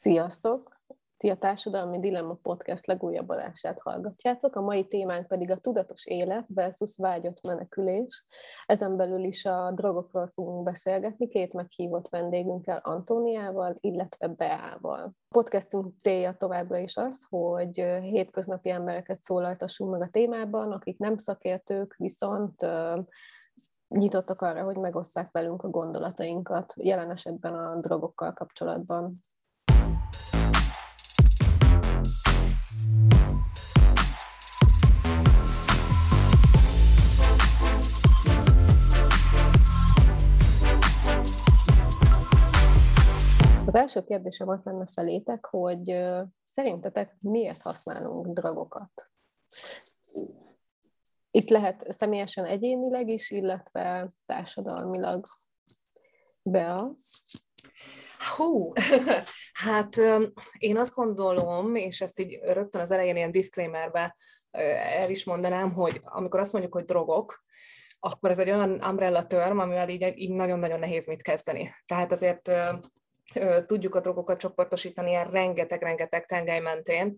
Sziasztok! Ti a Társadalmi Dilemma Podcast legújabb adását hallgatjátok, a mai témánk pedig a tudatos élet versus vágyott menekülés. Ezen belül is a drogokról fogunk beszélgetni két meghívott vendégünkkel, Antóniával, illetve Beával. A podcastünk célja továbbra is az, hogy hétköznapi embereket szólaltassunk meg a témában, akik nem szakértők, viszont nyitottak arra, hogy megosszák velünk a gondolatainkat, jelen esetben a drogokkal kapcsolatban. Az első kérdésem az lenne felétek, hogy szerintetek miért használunk drogokat? Itt lehet személyesen, egyénileg is, illetve társadalmilag. Bea? Hát én azt gondolom, és ezt így rögtön az elején ilyen disclaimerbe el is mondanám, hogy amikor azt mondjuk, hogy drogok, akkor ez egy olyan umbrella term, amivel így nagyon-nagyon nehéz mit kezdeni. Tehát azért tudjuk a drogokat csoportosítani ilyen rengeteg tengely mentén.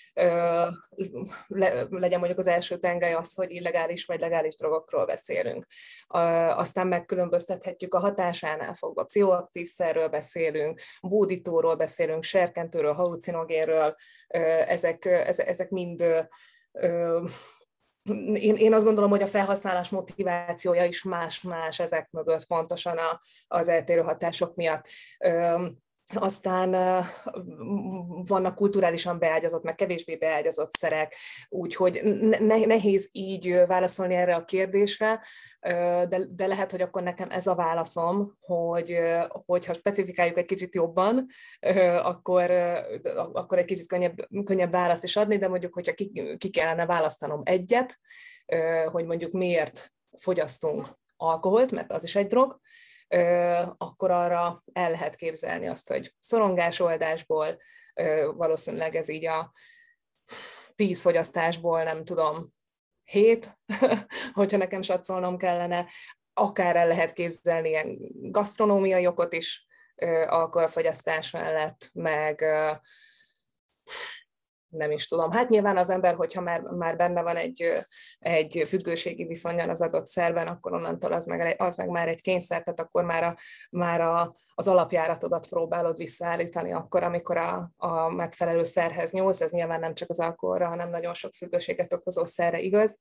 Legyen mondjuk az első tengely az, hogy illegális vagy legális drogokról beszélünk. Aztán megkülönböztethetjük a hatásánál fogva. Pszichoaktív szerről beszélünk, bódítóról beszélünk, serkentőről, halucinogénről. Ezek mind... Én azt gondolom, hogy a felhasználás motivációja is más-más ezek mögött, pontosan az eltérő hatások miatt. Aztán vannak kulturálisan beágyazott, meg kevésbé beágyazott szerek, úgyhogy nehéz így válaszolni erre a kérdésre, de lehet, hogy akkor nekem ez a válaszom, hogyha specifikáljuk egy kicsit jobban, akkor egy kicsit könnyebb választ is adni, de mondjuk, hogyha ki kellene választanom egyet, hogy mondjuk miért fogyasztunk alkoholt, mert az is egy drog, akkor arra el lehet képzelni azt, hogy szorongásoldásból, valószínűleg ez így a 10 fogyasztásból, nem tudom, 7, hogyha nekem satszolnom kellene, akár el lehet képzelni ilyen gasztronómiai okot is alkoholfogyasztás mellett, meg nem is tudom. Hát nyilván az ember, hogyha már benne van egy függőségi viszonnyal az adott szerven, akkor onnantól az meg már egy kényszer, tehát akkor már az alapjáratodat próbálod visszaállítani akkor, amikor a megfelelő szerhez nyúlsz. Ez nyilván nem csak az alkoholra, hanem nagyon sok függőséget okozó szerre igaz.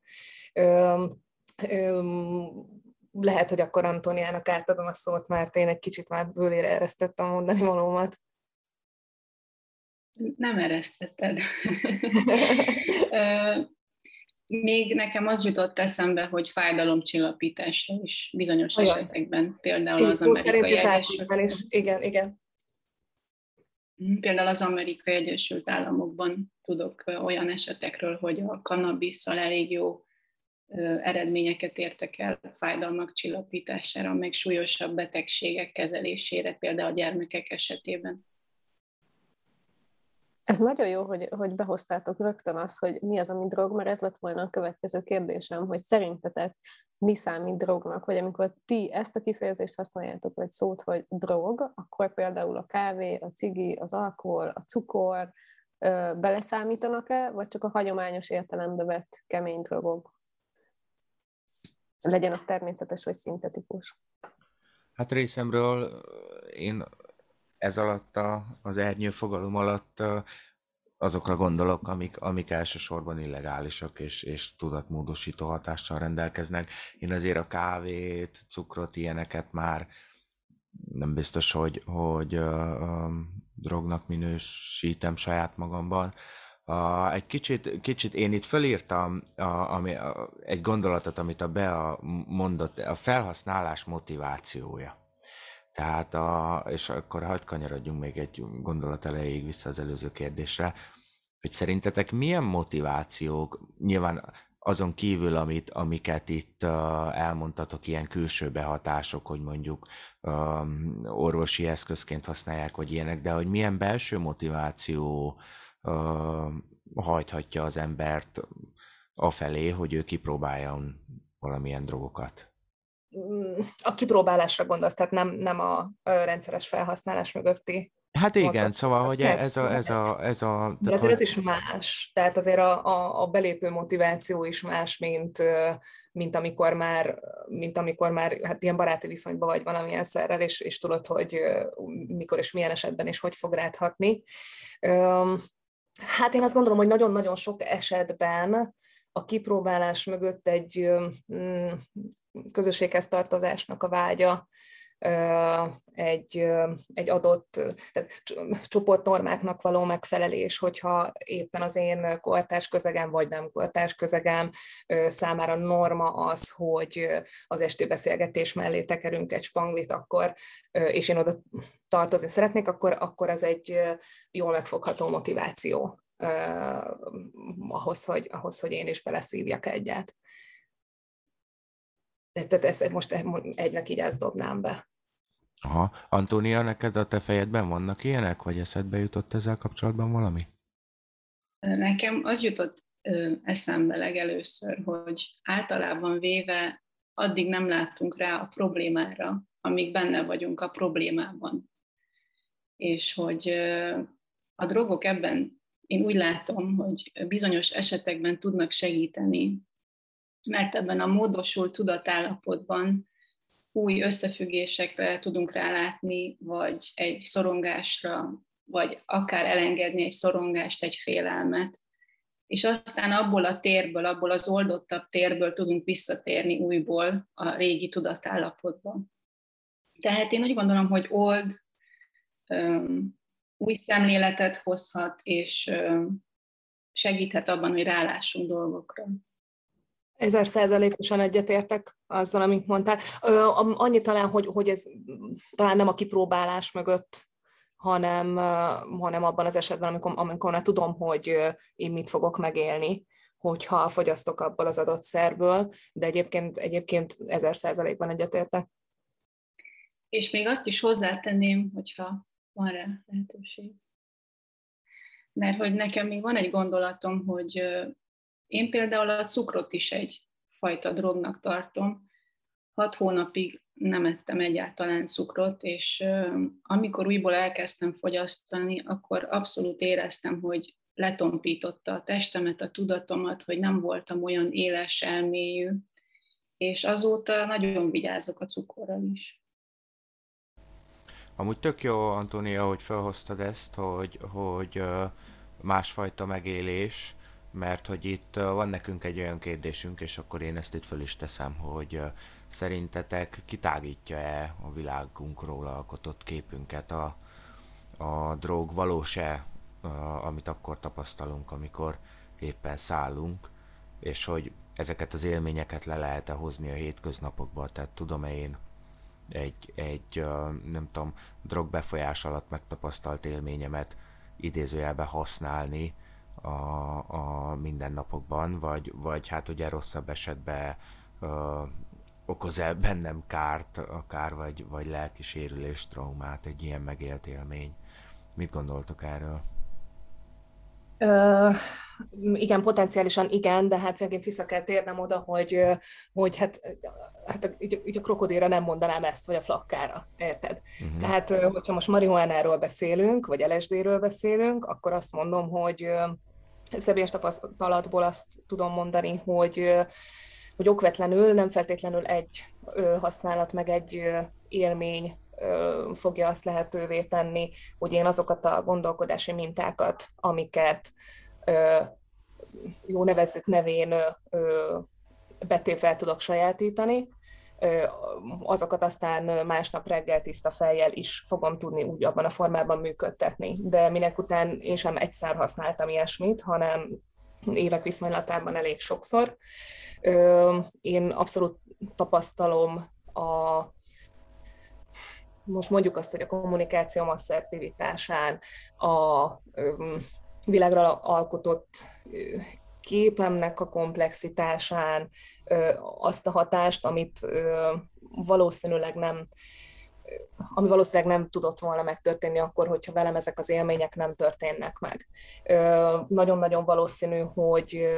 Lehet, hogy akkor Antóniának átadom a szót, mert én egy kicsit már bőlére eresztettem a mondani valómat. Nem eresztetted. Még nekem az jutott eszembe, hogy fájdalomcsillapításra is bizonyos esetekben, például az Amerikai Egyesült... Igen. Például az Amerikai Egyesült Államokban tudok olyan esetekről, hogy a kannabisszal elég jó eredményeket értek el fájdalmak csillapítására, meg súlyosabb betegségek kezelésére, például a gyermekek esetében. Ez nagyon jó, hogy behoztátok rögtön azt, hogy mi az, ami drog, mert ez lett volna a következő kérdésem, hogy szerintetek mi számít drognak, vagy amikor ti ezt a kifejezést használjátok, vagy szót, hogy drog, akkor például a kávé, a cigi, az alkohol, a cukor beleszámítanak-e, vagy csak a hagyományos értelembe vett kemény drogok? Legyen az természetes, vagy szintetikus. Hát részemről én ez alatt az ernyőfogalom alatt azokra gondolok, amik elsősorban illegálisak és tudatmódosító hatással rendelkeznek. Én azért a kávét, cukrot, ilyeneket már nem biztos, hogy drognak minősítem saját magamban. Egy kicsit én itt fölírtam egy gondolatot, amit a Bea mondott, a felhasználás motivációja. Tehát, és akkor hadd kanyarodjunk még egy gondolat elejéig vissza az előző kérdésre, hogy szerintetek milyen motivációk, nyilván azon kívül, amiket itt elmondtatok, ilyen külső behatások, hogy mondjuk orvosi eszközként használják, vagy ilyenek, de hogy milyen belső motiváció hajthatja az embert afelé, hogy ő kipróbáljon valamilyen drogokat? A kipróbálásra gondolsz, tehát nem a rendszeres felhasználás mögötti Hát igen, szóval, hogy ez a... De azért ez is más. Tehát azért a belépő motiváció is más, mint amikor már hát ilyen baráti viszonyban vagy valamilyen szerrel, és tudod, hogy mikor és milyen esetben és hogy fog rád hatni. Hát én azt gondolom, hogy nagyon-nagyon sok esetben a kipróbálás mögött egy közösséghez tartozásnak a vágya, egy adott csoportnormáknak való megfelelés, hogyha éppen az én kortárs közegem, vagy nem kortárs közegem számára norma az, hogy az esti beszélgetés mellé tekerünk egy spanglit, és én oda tartozni szeretnék, akkor ez egy jól megfogható motiváció ahhoz, hogy én is beleszívjak egyet. Tehát ezt most egynek így ezt dobnám be. Aha. Antónia, neked a te fejedben vannak ilyenek, vagy eszedbe jutott ezzel kapcsolatban valami? Nekem az jutott eszembe legelőször, hogy általában véve addig nem látunk rá a problémára, amíg benne vagyunk a problémában. És hogy a drogok ebben, én úgy látom, hogy bizonyos esetekben tudnak segíteni, mert ebben a módosult tudatállapotban új összefüggésekre tudunk rálátni, vagy egy szorongásra, vagy akár elengedni egy szorongást, egy félelmet, és aztán abból a térből, abból az oldottabb térből tudunk visszatérni újból a régi tudatállapotba. Tehát én úgy gondolom, hogy új szemléletet hozhat, és segíthet abban, hogy rálássunk dolgokra. 1000%-osan egyetértek azzal, amit mondtál. Annyi talán, hogy ez talán nem a kipróbálás mögött, hanem abban az esetben, amikor már tudom, hogy én mit fogok megélni, hogyha fogyasztok abból az adott szerből, de egyébként 1000%-ban egyetértek. És még azt is hozzátenném, hogyha van rá lehetőség. Mert hogy nekem még van egy gondolatom, hogy én például a cukrot is egyfajta drognak tartom. 6 hónapig nem ettem egyáltalán cukrot, és amikor újból elkezdtem fogyasztani, akkor abszolút éreztem, hogy letompította a testemet, a tudatomat, hogy nem voltam olyan éles elmélyű, és azóta nagyon vigyázok a cukorral is. Amúgy tök jó, Antónia, hogy felhoztad ezt, hogy másfajta megélés, mert hogy itt van nekünk egy olyan kérdésünk, és akkor én ezt itt föl is teszem, hogy szerintetek kitágítja-e a világunkról alkotott képünket a drog, valós-e, amit akkor tapasztalunk, amikor éppen szállunk, és hogy ezeket az élményeket le lehet-e hozni a hétköznapokba, tehát tudom-e én egy nem tudom, drog befolyás alatt megtapasztalt élményemet idézőjelben használni a mindennapokban, vagy hát ugye rosszabb esetben okoz-e bennem kárt, akár vagy lelki sérülést, traumát, egy ilyen megélt élmény. Mit gondoltok erről? Igen, potenciálisan igen, de hát megint vissza kell térnem oda, hogy hát így a krokodilra nem mondanám ezt, vagy a flakkára, érted? Uh-huh. Tehát, hogyha most marihuánáról beszélünk, vagy LSD-ről beszélünk, akkor azt mondom, hogy személyes tapasztalatból azt tudom mondani, hogy okvetlenül, nem feltétlenül egy használat, meg egy élmény fogja azt lehetővé tenni, hogy én azokat a gondolkodási mintákat, amiket jó nevezzük nevén betével tudok sajátítani, azokat aztán másnap reggel tiszta fejjel is fogom tudni úgy abban a formában működtetni. De minek után én sem egyszer használtam ilyesmit, hanem évek viszonylatában elég sokszor. Én abszolút tapasztalom most mondjuk azt, hogy a kommunikációm asszertivitásán, a világra alkotott képemnek a komplexitásán, azt a hatást, ami valószínűleg nem tudott volna megtörténni akkor, hogyha velem ezek az élmények nem történnek meg. Nagyon-nagyon valószínű, hogy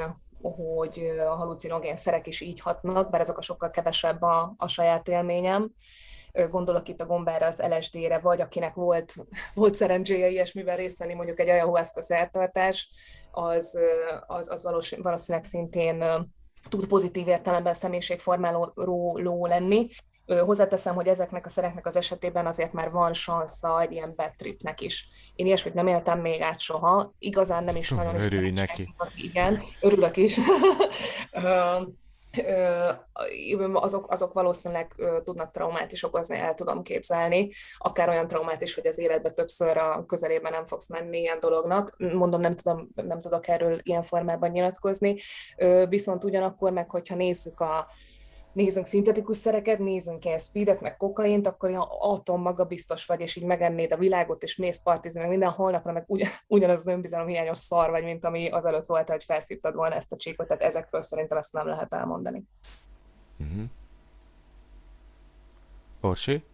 a halucinogén szerek is így hatnak, bár azok a sokkal kevesebb a saját élményem, gondolok itt a gombára, az LSD-re, vagy akinek volt szerencséje ilyesmiben részt venni, mondjuk egy ayahuasca szertartás, az valószínűleg szintén tud pozitív értelemben személyiségformáló lenni. Hozzáteszem, hogy ezeknek a szereknek az esetében azért már van sansza egy ilyen bad tripnek is. Én ilyesmit nem éltem még át soha, igazán nem is nagyon is. Örülj neki. Igen, örülök is. Azok valószínűleg tudnak traumát is okozni, el tudom képzelni, akár olyan traumát is, hogy az életben többször a közelében nem fogsz menni ilyen dolognak. Mondom, nem tudok erről ilyen formában nyilatkozni, viszont ugyanakkor meg, hogyha nézzünk szintetikus szereket, nézzünk ilyen speedet, meg kokaint, akkor ilyen atommagabiztos vagy, és így megennéd a világot, és mész partizni, meg minden holnapra, meg ugyanaz az önbizalomhiányos szar vagy, mint ami azelőtt volt, hogy felszívtad volna ezt a csíkot, tehát ezekről szerintem ezt nem lehet elmondani. Orsi?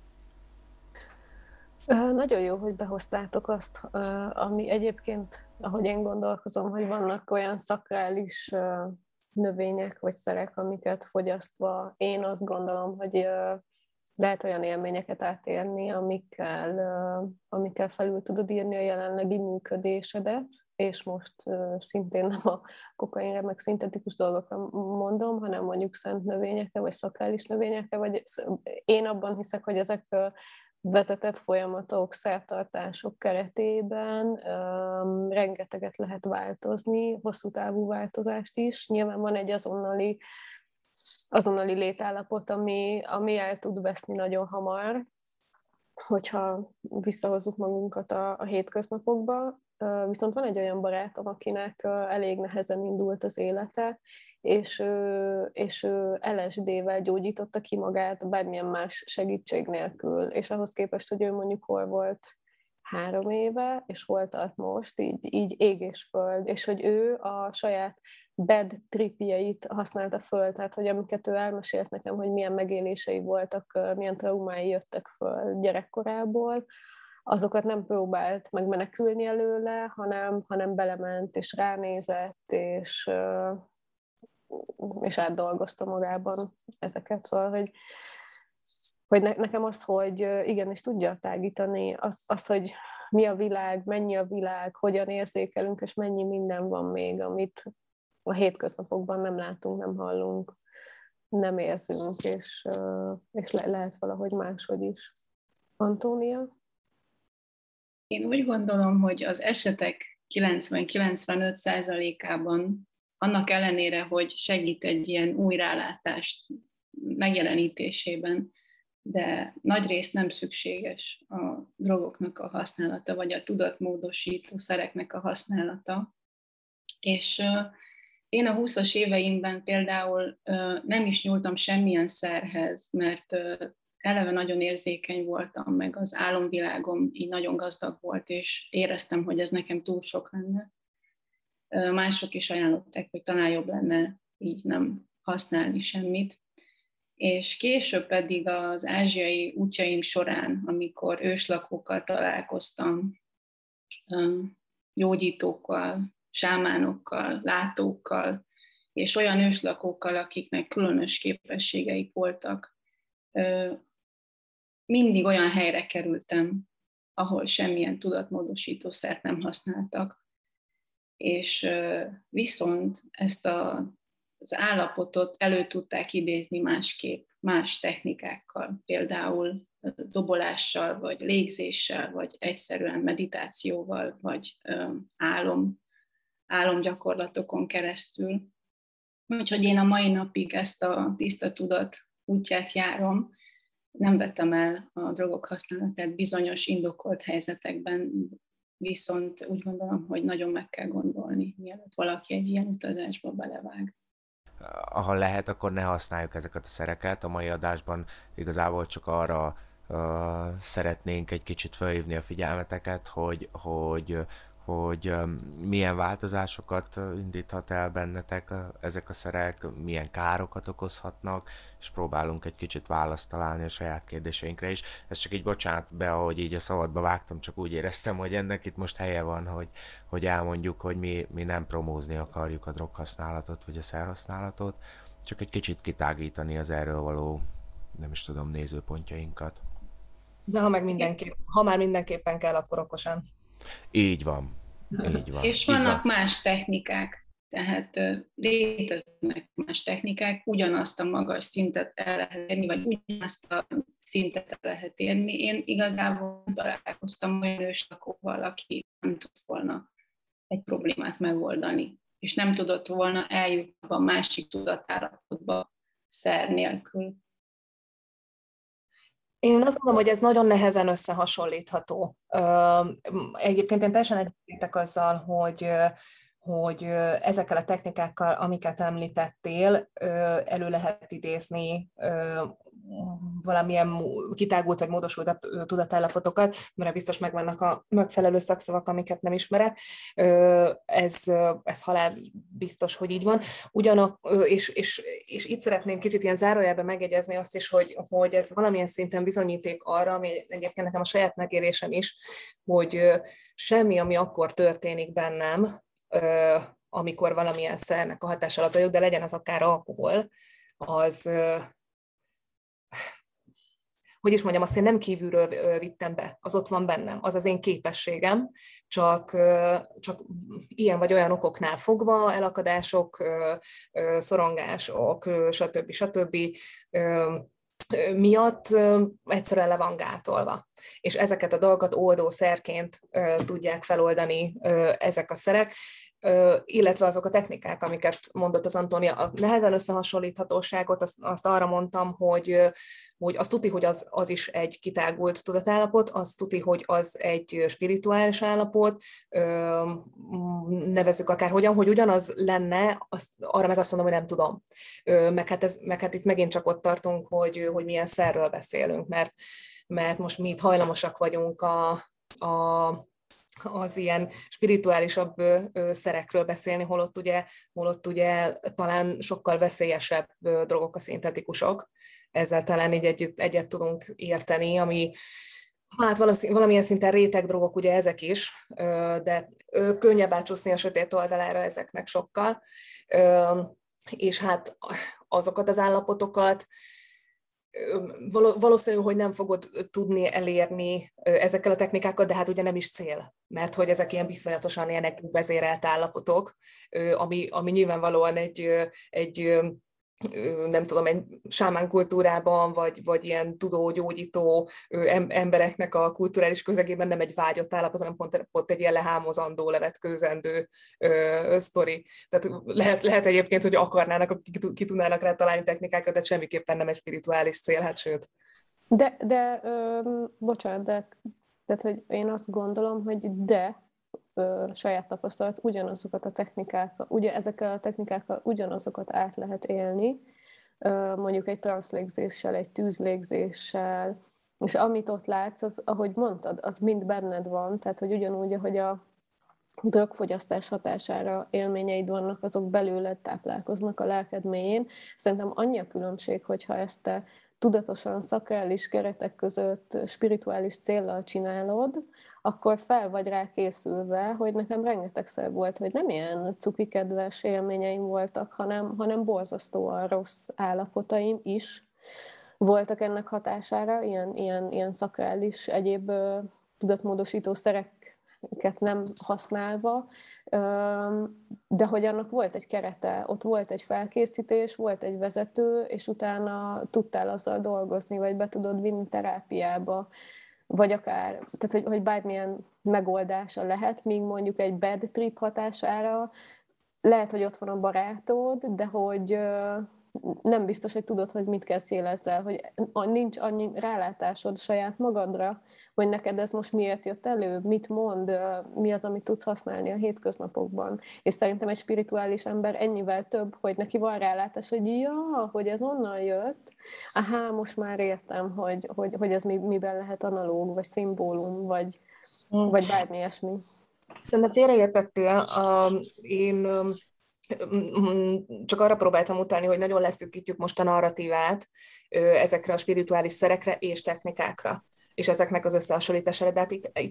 Nagyon jó, hogy behoztátok azt, ami egyébként, ahogy én gondolkozom, hogy vannak olyan szakrális növények vagy szerek, amiket fogyasztva én azt gondolom, hogy lehet olyan élményeket átélni, amikkel felül tudod írni a jelenlegi működésedet, és most szintén nem a kokainre, meg szintetikus dolgokra mondom, hanem mondjuk szent növényekre, vagy szakrális növényekre, vagy én abban hiszek, hogy ezek vezetett folyamatok, szertartások keretében rengeteget lehet változni, hosszú távú változást is. Nyilván van egy azonnali létállapot, ami el tud veszni nagyon hamar, hogyha visszahozzuk magunkat a hétköznapokba. Viszont van egy olyan barátom, akinek elég nehezen indult az élete, és ő LSD-vel gyógyította ki magát bármilyen más segítség nélkül. És ahhoz képest, hogy ő mondjuk hol volt 3 éve, és hol tart most, így ég és föld, és hogy ő a saját bad tripjeit használta föl, tehát hogy amiket ő elmesélt nekem, hogy milyen megélései voltak, milyen traumái jöttek föl gyerekkorából, azokat nem próbált megmenekülni előle, hanem belement, és ránézett, és átdolgozta magában ezeket. Szóval, hogy nekem az, hogy igenis tudja tágítani, az, hogy mi a világ, mennyi a világ, hogyan érzékelünk, és mennyi minden van még, amit a hétköznapokban nem látunk, nem hallunk, nem érzünk, és lehet valahogy máshogy is. Antónia? Én úgy gondolom, hogy az esetek 90-95%-ában annak ellenére, hogy segít egy ilyen új rálátást megjelenítésében, de nagyrészt nem szükséges a drogoknak a használata, vagy a tudatmódosító szereknek a használata. És én a 20-as éveimben például nem is nyúltam semmilyen szerhez, mert eleve nagyon érzékeny voltam, meg az álomvilágom így nagyon gazdag volt, és éreztem, hogy ez nekem túl sok lenne. Mások is ajánlották, hogy talán jobb lenne így nem használni semmit. És később pedig az ázsiai útjaim során, amikor őslakókkal találkoztam, gyógyítókkal, sámánokkal, látókkal, és olyan őslakókkal, akiknek különös képességeik voltak, mindig olyan helyre kerültem, ahol semmilyen tudatmódosítószert nem használtak. És viszont ezt az állapotot elő tudták idézni másképp, más technikákkal, például dobolással, vagy légzéssel, vagy egyszerűen meditációval, vagy álomgyakorlatokon keresztül. Úgyhogy én a mai napig ezt a tiszta tudat útját járom, nem vettem el a drogok használatát bizonyos indokolt helyzetekben, viszont úgy gondolom, hogy nagyon meg kell gondolni, mielőtt valaki egy ilyen utazásba belevág. Ha lehet, akkor ne használjuk ezeket a szereket. A mai adásban igazából csak arra szeretnénk egy kicsit felhívni a figyelmeteket, hogy milyen változásokat indíthat el bennetek ezek a szerek, milyen károkat okozhatnak, és próbálunk egy kicsit választ találni a saját kérdéseinkre is. Ez csak így bocsánat be, ahogy így a szabadba vágtam, csak úgy éreztem, hogy ennek itt most helye van, hogy elmondjuk, hogy mi nem promózni akarjuk a droghasználatot, vagy a szerhasználatot, csak egy kicsit kitágítani az erről való, nem is tudom, nézőpontjainkat. De ha már mindenképpen kell, akkor okosan. Így van. Így van. És vannak más technikák, tehát léteznek más technikák, ugyanazt a magas szintet el lehet érni, vagy ugyanazt a szintet el lehet érni. Én igazából találkoztam olyan őslakóval, aki nem tud volna egy problémát megoldani, és nem tudott volna eljutni a másik tudatállapotba szer nélkül. Én azt mondom, hogy ez nagyon nehezen összehasonlítható. Egyébként én teljesen egyetértek azzal, hogy ezekkel a technikákkal, amiket említettél, elő lehet idézni valamilyen kitágult vagy módosult tudatállapotokat, mert biztos megvannak a megfelelő szakszavak, amiket nem ismerek. Ez halál biztos, hogy így van. És itt szeretném kicsit ilyen zárójelben megjegyezni azt is, hogy ez valamilyen szinten bizonyíték arra, ami egyébként nekem a saját megérésem is, hogy semmi, ami akkor történik bennem, amikor valamilyen szernek a hatás alatt vagyok, de legyen az akár alkohol, az, hogy is mondjam, azt én nem kívülről vittem be, az ott van bennem, az az én képességem, csak ilyen vagy olyan okoknál fogva, elakadások, szorongások, stb. Miatt egyszerűen le van gátolva. És ezeket a dolgokat oldószerként tudják feloldani ezek a szerek, illetve azok a technikák, amiket mondott az Antónia. A nehezen összehasonlíthatóságot, azt arra mondtam, hogy azt tuti, hogy az is egy kitágult tudatállapot, azt tuti, hogy az egy spirituális állapot, nevezzük akárhogyan, hogy ugyanaz lenne, arra meg azt mondom, hogy nem tudom. Meg hát itt megint csak ott tartunk, hogy milyen szerről beszélünk, mert most mi itt hajlamosak vagyunk az ilyen spirituálisabb szerekről beszélni, holott ugye talán sokkal veszélyesebb drogok a szintetikusok. Ezzel talán így egyet tudunk érteni, ami hát valamilyen szinten rétegdrogok ugye ezek is, de könnyebb átcsúszni a sötét oldalára ezeknek sokkal. És hát azokat az állapotokat valószínű, hogy nem fogod tudni elérni ezekkel a technikákkal, de hát ugye nem is cél, mert hogy ezek ilyen viszonyatosan ilyen vezérelt állapotok, ami nyilvánvalóan egy nem tudom, egy sámán kultúrában, vagy ilyen tudó, gyógyító embereknek a kulturális közegében nem egy vágyott állapot, hanem pont egy ilyen lehámozandó, levetkőzendő sztori. Tehát lehet egyébként, hogy akarnának, ki tudnának rá találni technikákat, de semmiképpen nem egy spirituális cél, hát sőt. Bocsánat, tehát, hogy én azt gondolom, hogy saját tapasztalat, ugyanazokat a technikákkal, ugye ezekkel a technikákkal ugyanazokat át lehet élni, mondjuk egy transzlégzéssel, egy tűzlégzéssel, és amit ott látsz, az, ahogy mondtad, az mind benned van, tehát hogy ugyanúgy, ahogy a drogfogyasztás hatására élményeid vannak, azok belőled táplálkoznak a lelked mélyén. Szerintem annyi a különbség, hogyha ezt te tudatosan, szakrális keretek között spirituális céllal csinálod, akkor fel vagy rá készülve, hogy nekem rengetegszer volt, hogy nem ilyen cukikedves élményeim voltak, hanem borzasztóan rossz állapotaim is voltak ennek hatására, ilyen szakrális egyéb tudatmódosító szereket nem használva, de hogy annak volt egy kerete, ott volt egy felkészítés, volt egy vezető, és utána tudtál azzal dolgozni, vagy be tudod vinni terápiába, vagy akár, tehát hogy bármilyen megoldása lehet, míg mondjuk egy bad trip hatására lehet, hogy ott van a barátod, de hogy nem biztos, hogy tudod, hogy mit kezdjél ezzel, hogy nincs annyi rálátásod saját magadra, hogy neked ez most miért jött elő, mit mond, mi az, amit tudsz használni a hétköznapokban. És szerintem egy spirituális ember ennyivel több, hogy neki van rálátás, hogy ez onnan jött, most már értem, hogy ez miben lehet analóg, vagy szimbólum, vagy bármi ilyesmi. Szerintem félreértettél. Én csak arra próbáltam utalni, hogy nagyon leszűkítjük most a narratívát ezekre a spirituális szerekre és technikákra, és ezeknek az összehasonlítására, de hát itt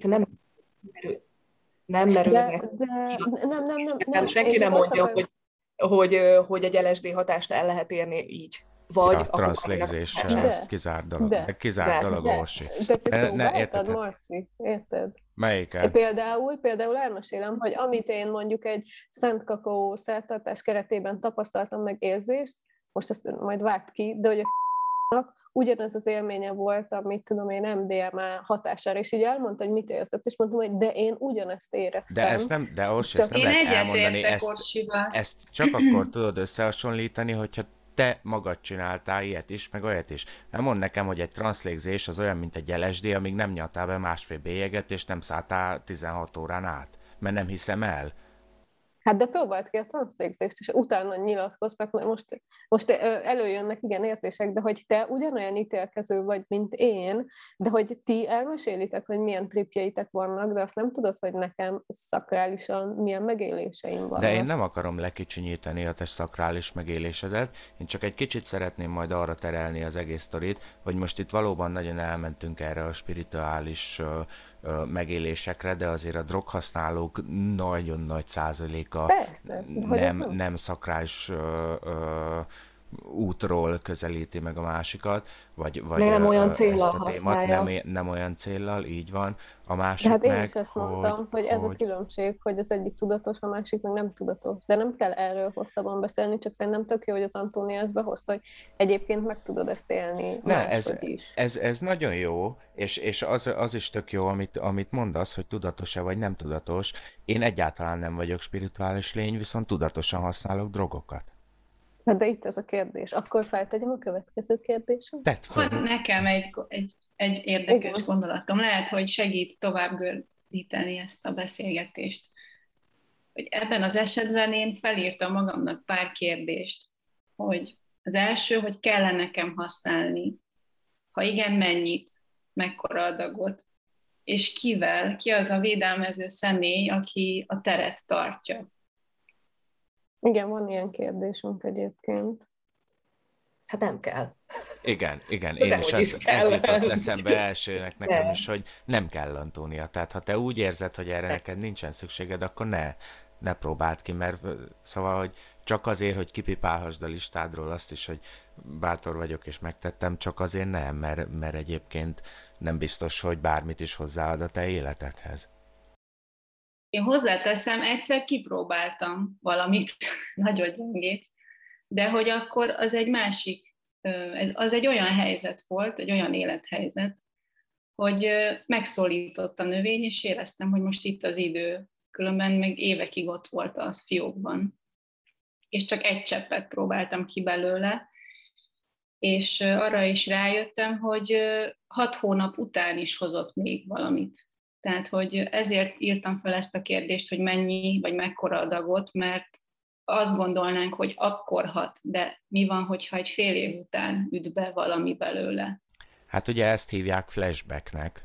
nem merülnek. Nem. Senki nem mondja, hogy egy LSD hatást el lehet érni így. vagy a transzlégzéssel kizárt dolog. Kizárt dolog, Orsi. De te próbáltad, Marci? Érted? Melyiket? Például elmesélem, hogy amit én mondjuk egy szent kakaó szertartás keretében tapasztaltam meg érzést, most ezt majd vágd ki, de hogy a ugyanez az élménye volt, amit tudom én MDMA hatására, és így elmondta, hogy mit érzett, és mondtam, hogy de én ugyanezt éreztem. De Orsi, ezt nem lehet elmondani, ezt csak akkor tudod összehasonlítani, hogyha te magad csináltál ilyet is, meg olyat is. Nem mondd nekem, hogy egy transzlégzés az olyan, mint egy LSD, amíg nem nyaltál be másfél bélyeget, és nem szálltál 16 órán át. Mert nem hiszem el. Hát de próbáld ki a transzlégzést, és utána nyilatkozz, mert most előjönnek igen érzések, de hogy te ugyanolyan ítélkező vagy, mint én, de hogy ti elmesélitek, hogy milyen tripjeitek vannak, de azt nem tudod, hogy nekem szakrálisan milyen megéléseim vannak. De én nem akarom lekicsinyíteni a te szakrális megélésedet, én csak egy kicsit szeretném majd arra terelni az egész sztorit, hogy most itt valóban nagyon elmentünk erre a spirituális megélésekre, de azért a droghasználók nagyon nagy százaléka nem szakrális útról közelíti meg a másikat, vagy nem olyan céllal használja. Nem olyan céllal, így van. A másik de hát én is ezt mondtam, hogy ez a különbség, hogy az egyik tudatos, a másik meg nem tudatos. De nem kell erről hosszabban beszélni, csak szerintem tök jó, hogy az Antónia ezt behozta, hogy egyébként meg tudod ezt élni máshogy is. Ez nagyon jó, és az is tök jó, amit mondasz, hogy tudatos-e vagy nem tudatos. Én egyáltalán nem vagyok spirituális lény, viszont tudatosan használok drogokat. De itt ez a kérdés. Akkor feltegyem a következő kérdésem? Van nekem egy érdekes gondolatom. Lehet, hogy segít tovább gördíteni ezt a beszélgetést. Hogy ebben az esetben én felírtam magamnak pár kérdést, hogy az első, hogy kell-e nekem használni, ha igen, mennyit, mekkora adagot, és kivel, ki az a védelmező személy, aki a teret tartja. Igen, van ilyen kérdésünk egyébként. Hát nem kell. Igen, én is ez jutott eszembe elsőnek nekem is, hogy nem kell, Antónia. Tehát ha te úgy érzed, hogy erre neked nincsen szükséged, akkor ne próbáld ki, mert szóval, hogy csak azért, hogy kipipálhassd a listádról azt is, hogy bátor vagyok és megtettem, csak azért nem, mert egyébként nem biztos, hogy bármit is hozzáad a te életedhez. Én hozzáteszem, egyszer kipróbáltam valamit, nagyon gyengét, de hogy akkor az egy másik, az egy olyan helyzet volt, egy olyan élethelyzet, hogy megszólított a növény, és éreztem, hogy most itt az idő, különben meg évekig ott volt az fiókban. És csak egy cseppet próbáltam ki belőle, és arra is rájöttem, hogy 6 hónap után is hozott még valamit. Tehát, hogy ezért írtam fel ezt a kérdést, hogy mennyi vagy mekkora adagot, mert azt gondolnánk, hogy akkor hat, de mi van, hogyha egy fél év után üt be valami belőle? Hát ugye ezt hívják flashbacknek,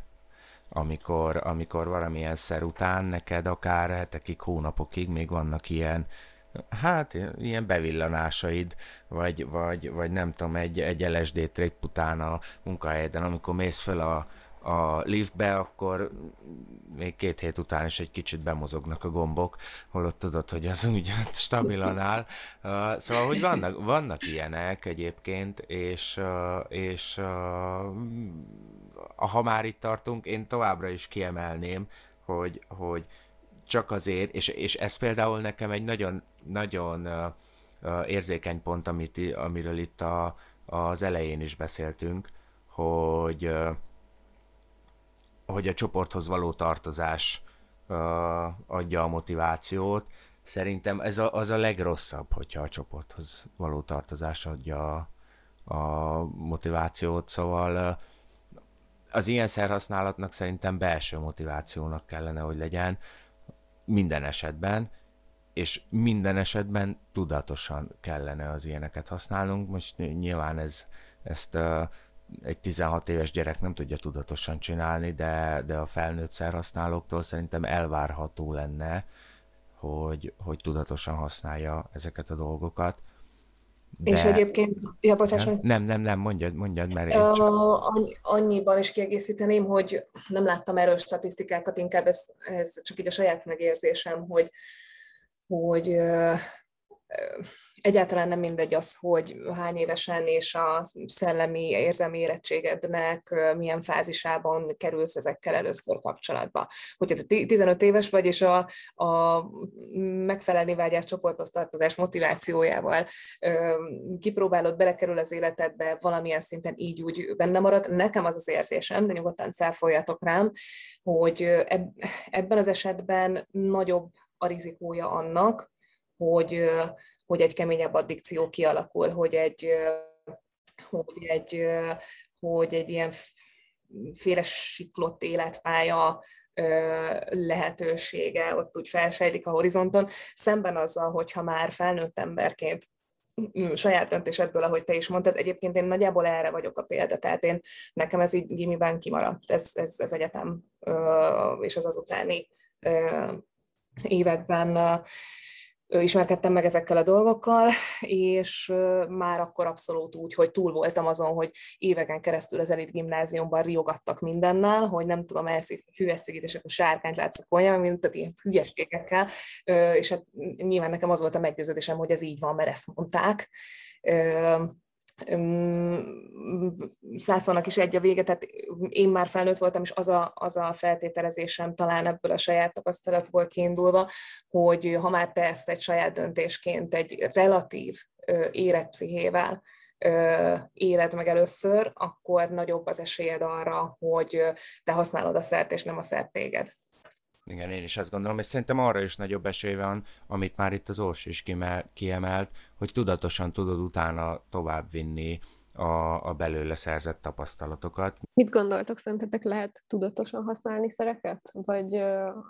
amikor valamilyen szer után neked akár hetekig, hónapokig még vannak ilyen bevillanásaid, vagy nem tudom, egy LSD trip után a munkahelyeden, amikor mész fel a liftbe, akkor még 2 hét után is egy kicsit bemozognak a gombok, holott tudod, hogy az úgy stabilan áll. Szóval, hogy vannak ilyenek egyébként, és ha már itt tartunk, én továbbra is kiemelném, hogy csak azért, és ez például nekem egy nagyon, nagyon érzékeny pont, amiről itt az elején is beszéltünk, hogy a csoporthoz való tartozás adja a motivációt. Szerintem ez az a legrosszabb, hogyha a csoporthoz való tartozás adja a motivációt, szóval az ilyen szerhasználatnak szerintem belső motivációnak kellene, hogy legyen minden esetben, és minden esetben tudatosan kellene az ilyeneket használnunk. Most nyilván ezt egy 16 éves gyerek nem tudja tudatosan csinálni, de a felnőtt szerhasználóktól szerintem elvárható lenne, hogy tudatosan használja ezeket a dolgokat. De... És egyébként, Nem, mondjad, mert annyiban is kiegészíteném, hogy nem láttam erről statisztikákat, inkább ez csak így a saját megérzésem, hogy egyáltalán nem mindegy az, hogy hány évesen és a szellemi érzelmi érettségednek milyen fázisában kerülsz ezekkel először kapcsolatba. Hogyha 15 éves vagy, és a megfelelni vágyás csoporthoz tartozás motivációjával kipróbálod, belekerül az életedbe, valamilyen szinten így úgy benne marad. Nekem az az érzésem, de nyugodtan cáfoljatok rám, hogy ebben az esetben nagyobb a rizikója annak, hogy egy keményebb addikció kialakul, hogy egy ilyen félresiklott életpálya lehetősége ott úgy felsejlik a horizonton, szemben azzal, hogyha már felnőtt emberként saját döntésedből, ahogy te is mondtad, egyébként én nagyjából erre vagyok a példa, tehát nekem ez így gimiben kimaradt, ez egyetem és az utáni években ismerkedtem meg ezekkel a dolgokkal, és már akkor abszolút úgy, hogy túl voltam azon, hogy éveken keresztül az elit gimnáziumban riogattak mindennel, hogy nem tudom, elszívsz a füveszigit, és akkor sárkányt látsz a konyhában, mint ilyen hülyeségekkel, és hát nyilván nekem az volt a meggyőződésem, hogy ez így van, mert ezt mondták. Százszónak is egy a vége, tehát én már felnőtt voltam, és az a feltételezésem talán ebből a saját tapasztalatból kiindulva, hogy ha már te ezt egy saját döntésként egy relatív érett pszichével éled meg először, akkor nagyobb az esélyed arra, hogy te használod a szert, és nem a szert téged. Igen, én is azt gondolom, és szerintem arra is nagyobb esély van, amit már itt az Orsi is kiemelt, hogy tudatosan tudod utána továbbvinni a belőle szerzett tapasztalatokat. Mit gondoltok, szerintetek lehet tudatosan használni szereket? Vagy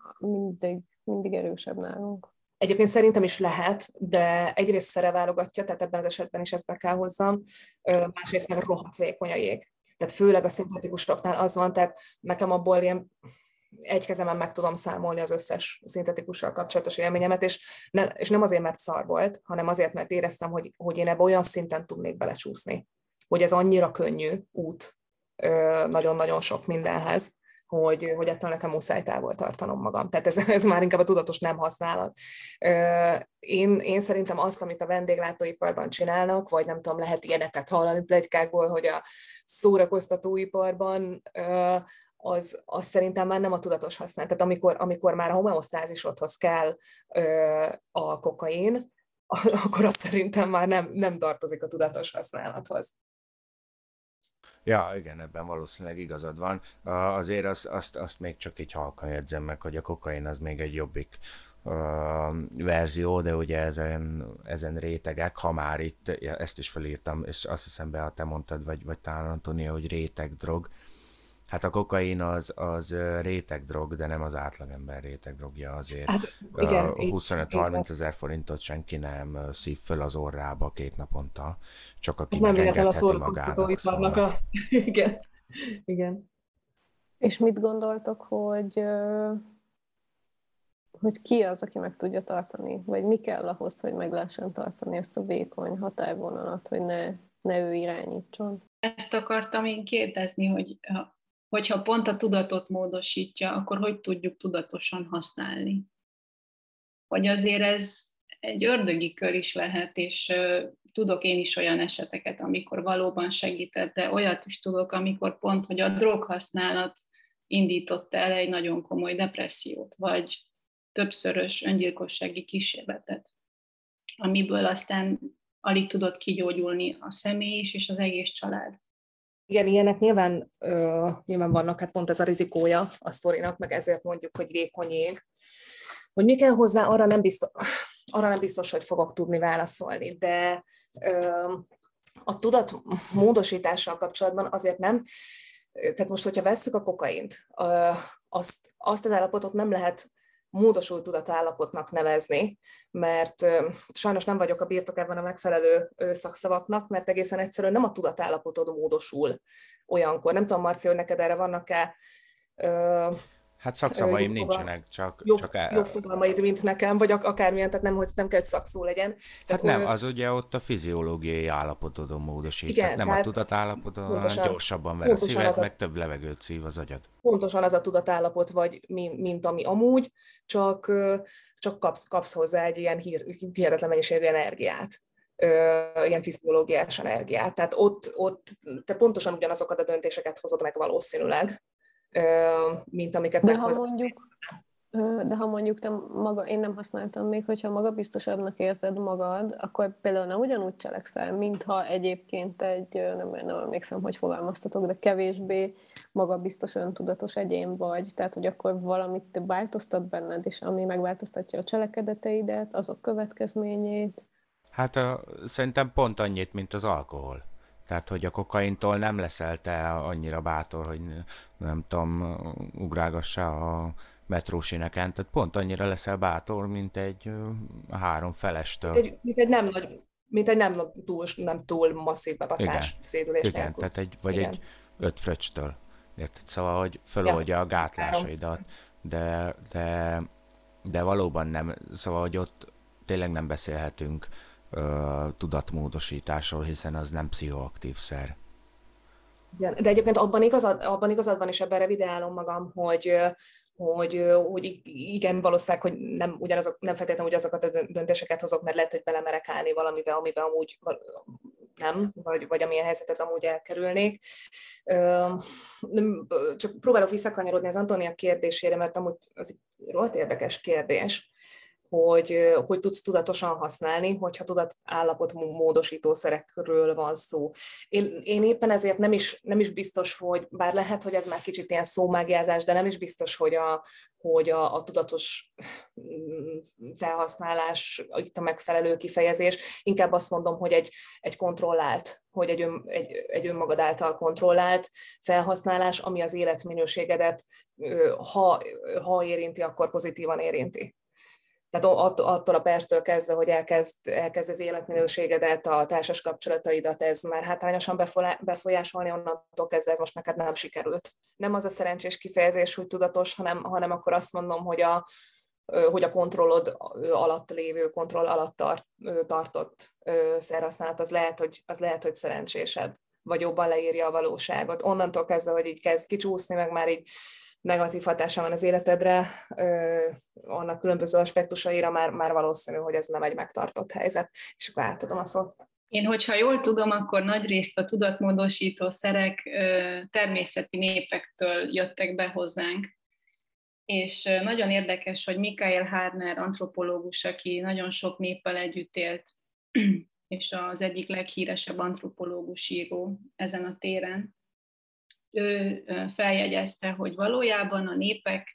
mindig erősebb nálunk? Egyébként szerintem is lehet, de egyrészt szereválogatja, tehát ebben az esetben is ezt be kell hozzam, másrészt meg rohadt vékony a jég. Tehát főleg a szintetikusoknál az van, tehát nekem abból ilyen egy kezemen meg tudom számolni az összes szintetikussal kapcsolatos élményemet, és nem azért, mert szar volt, hanem azért, mert éreztem, hogy én ebbe olyan szinten tudnék belecsúszni, hogy ez annyira könnyű út nagyon-nagyon sok mindenhez, hogy ettől nekem muszáj távol tartanom magam. Tehát ez már inkább a tudatos nem használat. Én szerintem azt, amit a vendéglátóiparban csinálnak, vagy nem tudom, lehet ilyeneket hallani pletykákból, hogy a szórakoztatóiparban az szerintem már nem a tudatos használat. Tehát amikor már a homeosztázisodhoz kell a kokain, akkor azt szerintem már nem tartozik a tudatos használathoz. Ja, igen, ebben valószínűleg igazad van. Azért azt még csak így halkan érzem meg, hogy a kokain az még egy jobbik verzió, de ugye ezen rétegek, ha már itt, ezt is felírtam, és azt hiszem be, ha te mondtad, vagy talán Antónia, hogy rétegdrog. Hát a kokain az rétegdrog, de nem az átlagember rétegdrogja azért. Hát, 25-30 ezer forintot senki nem szív föl az orrába 2 naponta, csak aki nem megengedheti a szórakoztatóiparnak szóval. Igen. És mit gondoltok, hogy ki az, aki meg tudja tartani? Vagy mi kell ahhoz, hogy meg lehessen tartani ezt a vékony határvonalat, hogy ne ő irányítson? Ezt akartam én kérdezni, hogyha pont a tudatot módosítja, akkor hogy tudjuk tudatosan használni? Vagy azért ez egy ördögi kör is lehet, és tudok én is olyan eseteket, amikor valóban segített, de olyat is tudok, amikor pont, hogy a droghasználat indította el egy nagyon komoly depressziót, vagy többszörös öngyilkossági kísérletet, amiből aztán alig tudott kigyógyulni a személy is, és az egész család. Igen, ilyenek nyilván vannak, hát pont ez a rizikója a sztorinak, meg ezért mondjuk, hogy vékony jég. Hogy mi kell hozzá, arra nem biztos, hogy fogok tudni válaszolni, de a tudat módosítással kapcsolatban azért nem. Tehát most, hogyha vesszük a kokaint, azt az állapotot nem lehet módosult tudatállapotnak nevezni, mert sajnos nem vagyok a birtokában a megfelelő szakszavaknak, mert egészen egyszerűen nem a tudatállapotod módosul olyankor. Nem tudom, Marci, hogy neked erre vannak-e hát szakszavaim nincsenek, csak jobb fogalmaid, mint nekem, vagy akármilyen, tehát nem kell, hogy szakszó legyen. Hát nem, az ugye ott a fiziológiai állapotodon módosít. Igen, nem a tudatállapotodon, gyorsabban ver a szíved, meg több levegőt szív az agyad. Pontosan az a tudatállapot vagy, mint ami amúgy, csak csak kapsz hozzá egy ilyen hihetetlen mennyiségű energiát, ilyen fiziológiás energiát. Tehát ott te pontosan ugyanazokat a döntéseket hozod meg valószínűleg, mint amiket meghozod. De ha mondjuk te én nem használtam még, hogyha magabiztosabbnak érzed magad, akkor például nem ugyanúgy cselekszel, mintha egyébként nem emlékszem, hogy fogalmaztatok, de kevésbé magabiztos, öntudatos egyén vagy. Tehát, hogy akkor valamit te változtat benned, és ami megváltoztatja a cselekedeteidet, azok következményét. Hát szerintem pont annyit, mint az alkohol. Tehát, hogy a kokaintól nem leszel te annyira bátor, hogy nem tudom, ugrálgassa a metrósineken, tehát pont annyira leszel bátor, mint egy 3 felestől. Mint egy nem túl masszív bebaszás, szédülés nélkül. Tehát egy 5 fröccstől. Érted? Szóval, hogy feloldja a gátlásaidat, de valóban nem, szóval, hogy ott tényleg nem beszélhetünk tudatmódosításról, hiszen az nem pszichoaktív szer. De egyébként abban igazad van, és ebben revideálom magam, hogy igen, valószínűleg, hogy nem feltétlenül ugyanazokat a döntéseket hozok, mert lehet, hogy belemerek állni valamiben, amiben amúgy nem, vagy amilyen helyzetet amúgy elkerülnék. Csak próbálok visszakanyarodni az Antónia kérdésére, mert amúgy az egy rohadt érdekes kérdés, hogy tudsz tudatosan használni, hogyha tudatállapot módosító szerekről van szó. Én éppen ezért nem is biztos, hogy, bár lehet, hogy ez már kicsit ilyen szómágiázás, de nem is biztos, hogy a tudatos felhasználás itt a megfelelő kifejezés. Inkább azt mondom, hogy egy kontrollált, hogy egy önmagad által kontrollált felhasználás, ami az életminőségedet, ha érinti, akkor pozitívan érinti. Tehát attól a perctől kezdve, hogy elkezd az életminőségedet, a társas kapcsolataidat, ez már hátrányosan befolyásolni, onnantól kezdve ez most neked nem sikerült. Nem az a szerencsés kifejezés, hogy tudatos, hanem akkor azt mondom, hogy a kontrollod alatt lévő, kontroll alatt tartott szerhasználat, az lehet, hogy szerencsésebb, vagy jobban leírja a valóságot. Onnantól kezdve, hogy így kezd kicsúszni, meg már így negatív hatása van az életedre, annak különböző aspektusaira már valószínű, hogy ez nem egy megtartott helyzet. És akkor átadom a szót. Én, hogyha jól tudom, akkor nagyrészt a tudatmódosító szerek természeti népektől jöttek be hozzánk. És nagyon érdekes, hogy Michael Harner antropológus, aki nagyon sok néppel együtt élt, és az egyik leghíresebb antropológus író ezen a téren, ő feljegyezte, hogy valójában a népek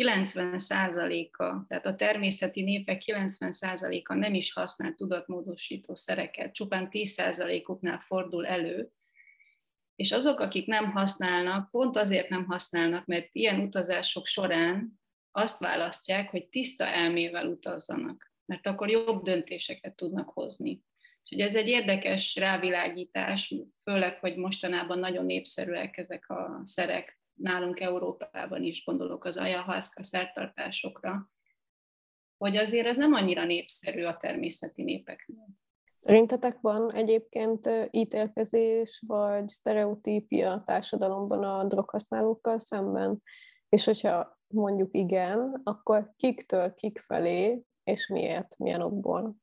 90%-a, tehát a természeti népek 90%-a nem is használ tudatmódosító szereket, csupán 10%-uknál fordul elő, és azok, akik nem használnak, pont azért nem használnak, mert ilyen utazások során azt választják, hogy tiszta elmével utazzanak, mert akkor jobb döntéseket tudnak hozni. Úgyhogy ez egy érdekes rávilágítás, főleg, hogy mostanában nagyon népszerűek ezek a szerek, nálunk Európában is, gondolok az ayahuasca szertartásokra, hogy azért ez nem annyira népszerű a természeti népeknél. Szerintetek van egyébként ítélkezés vagy sztereotípia a társadalomban a droghasználókkal szemben? És hogyha mondjuk igen, akkor kiktől kik felé, és miért, milyen okból?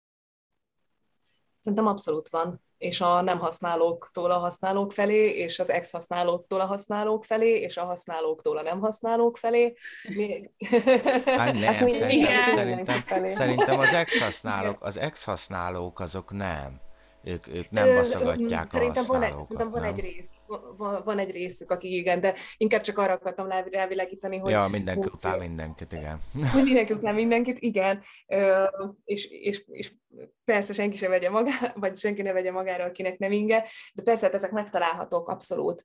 Szerintem abszolút van. És a nem használóktól a használók felé, és az ex-használóktól a használók felé, és a használóktól a nem használók felé. Hát nem, szerintem az ex-használók azok nem. Ők nem baszogatják a használókat. Szerintem van egy részük, akik igen, de inkább csak arra akartam rávilágítani, hogy... Ja, mindenki után mindenkit, igen. Hogy mindenki után mindenkit, igen. És persze senki se vegye magára, vagy senki ne vegye magára, akinek nem inge, de persze hát ezek megtalálhatók abszolút.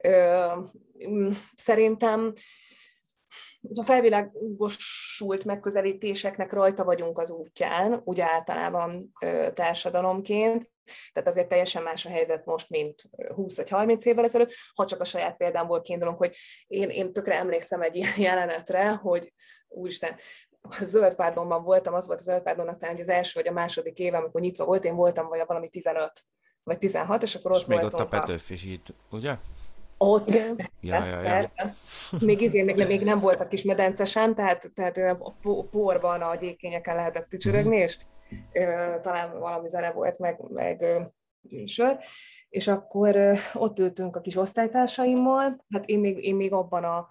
Szerintem a felvilágosult megközelítéseknek rajta vagyunk az útján, úgy általában társadalomként, tehát azért teljesen más a helyzet most, mint 20 vagy 30 évvel ezelőtt, ha csak a saját példámból kiindulunk, hogy én tökre emlékszem egy ilyen jelenetre, hogy úristen, a Zöld Pardonban voltam, az volt a Zöld Pardonnak talán az első vagy a második éve, amikor nyitva volt, én voltam vagy valami 15 vagy 16, és akkor ott voltunk. Még ott a Petőfi híd, ugye? Ott, Ja. persze. Még nem voltak kis medence sem, tehát a porban, a gyékényeken lehetett tücsörögni, és talán valami zene volt, meg sör, és akkor ott ültünk a kis osztálytársaimmal, hát én még abban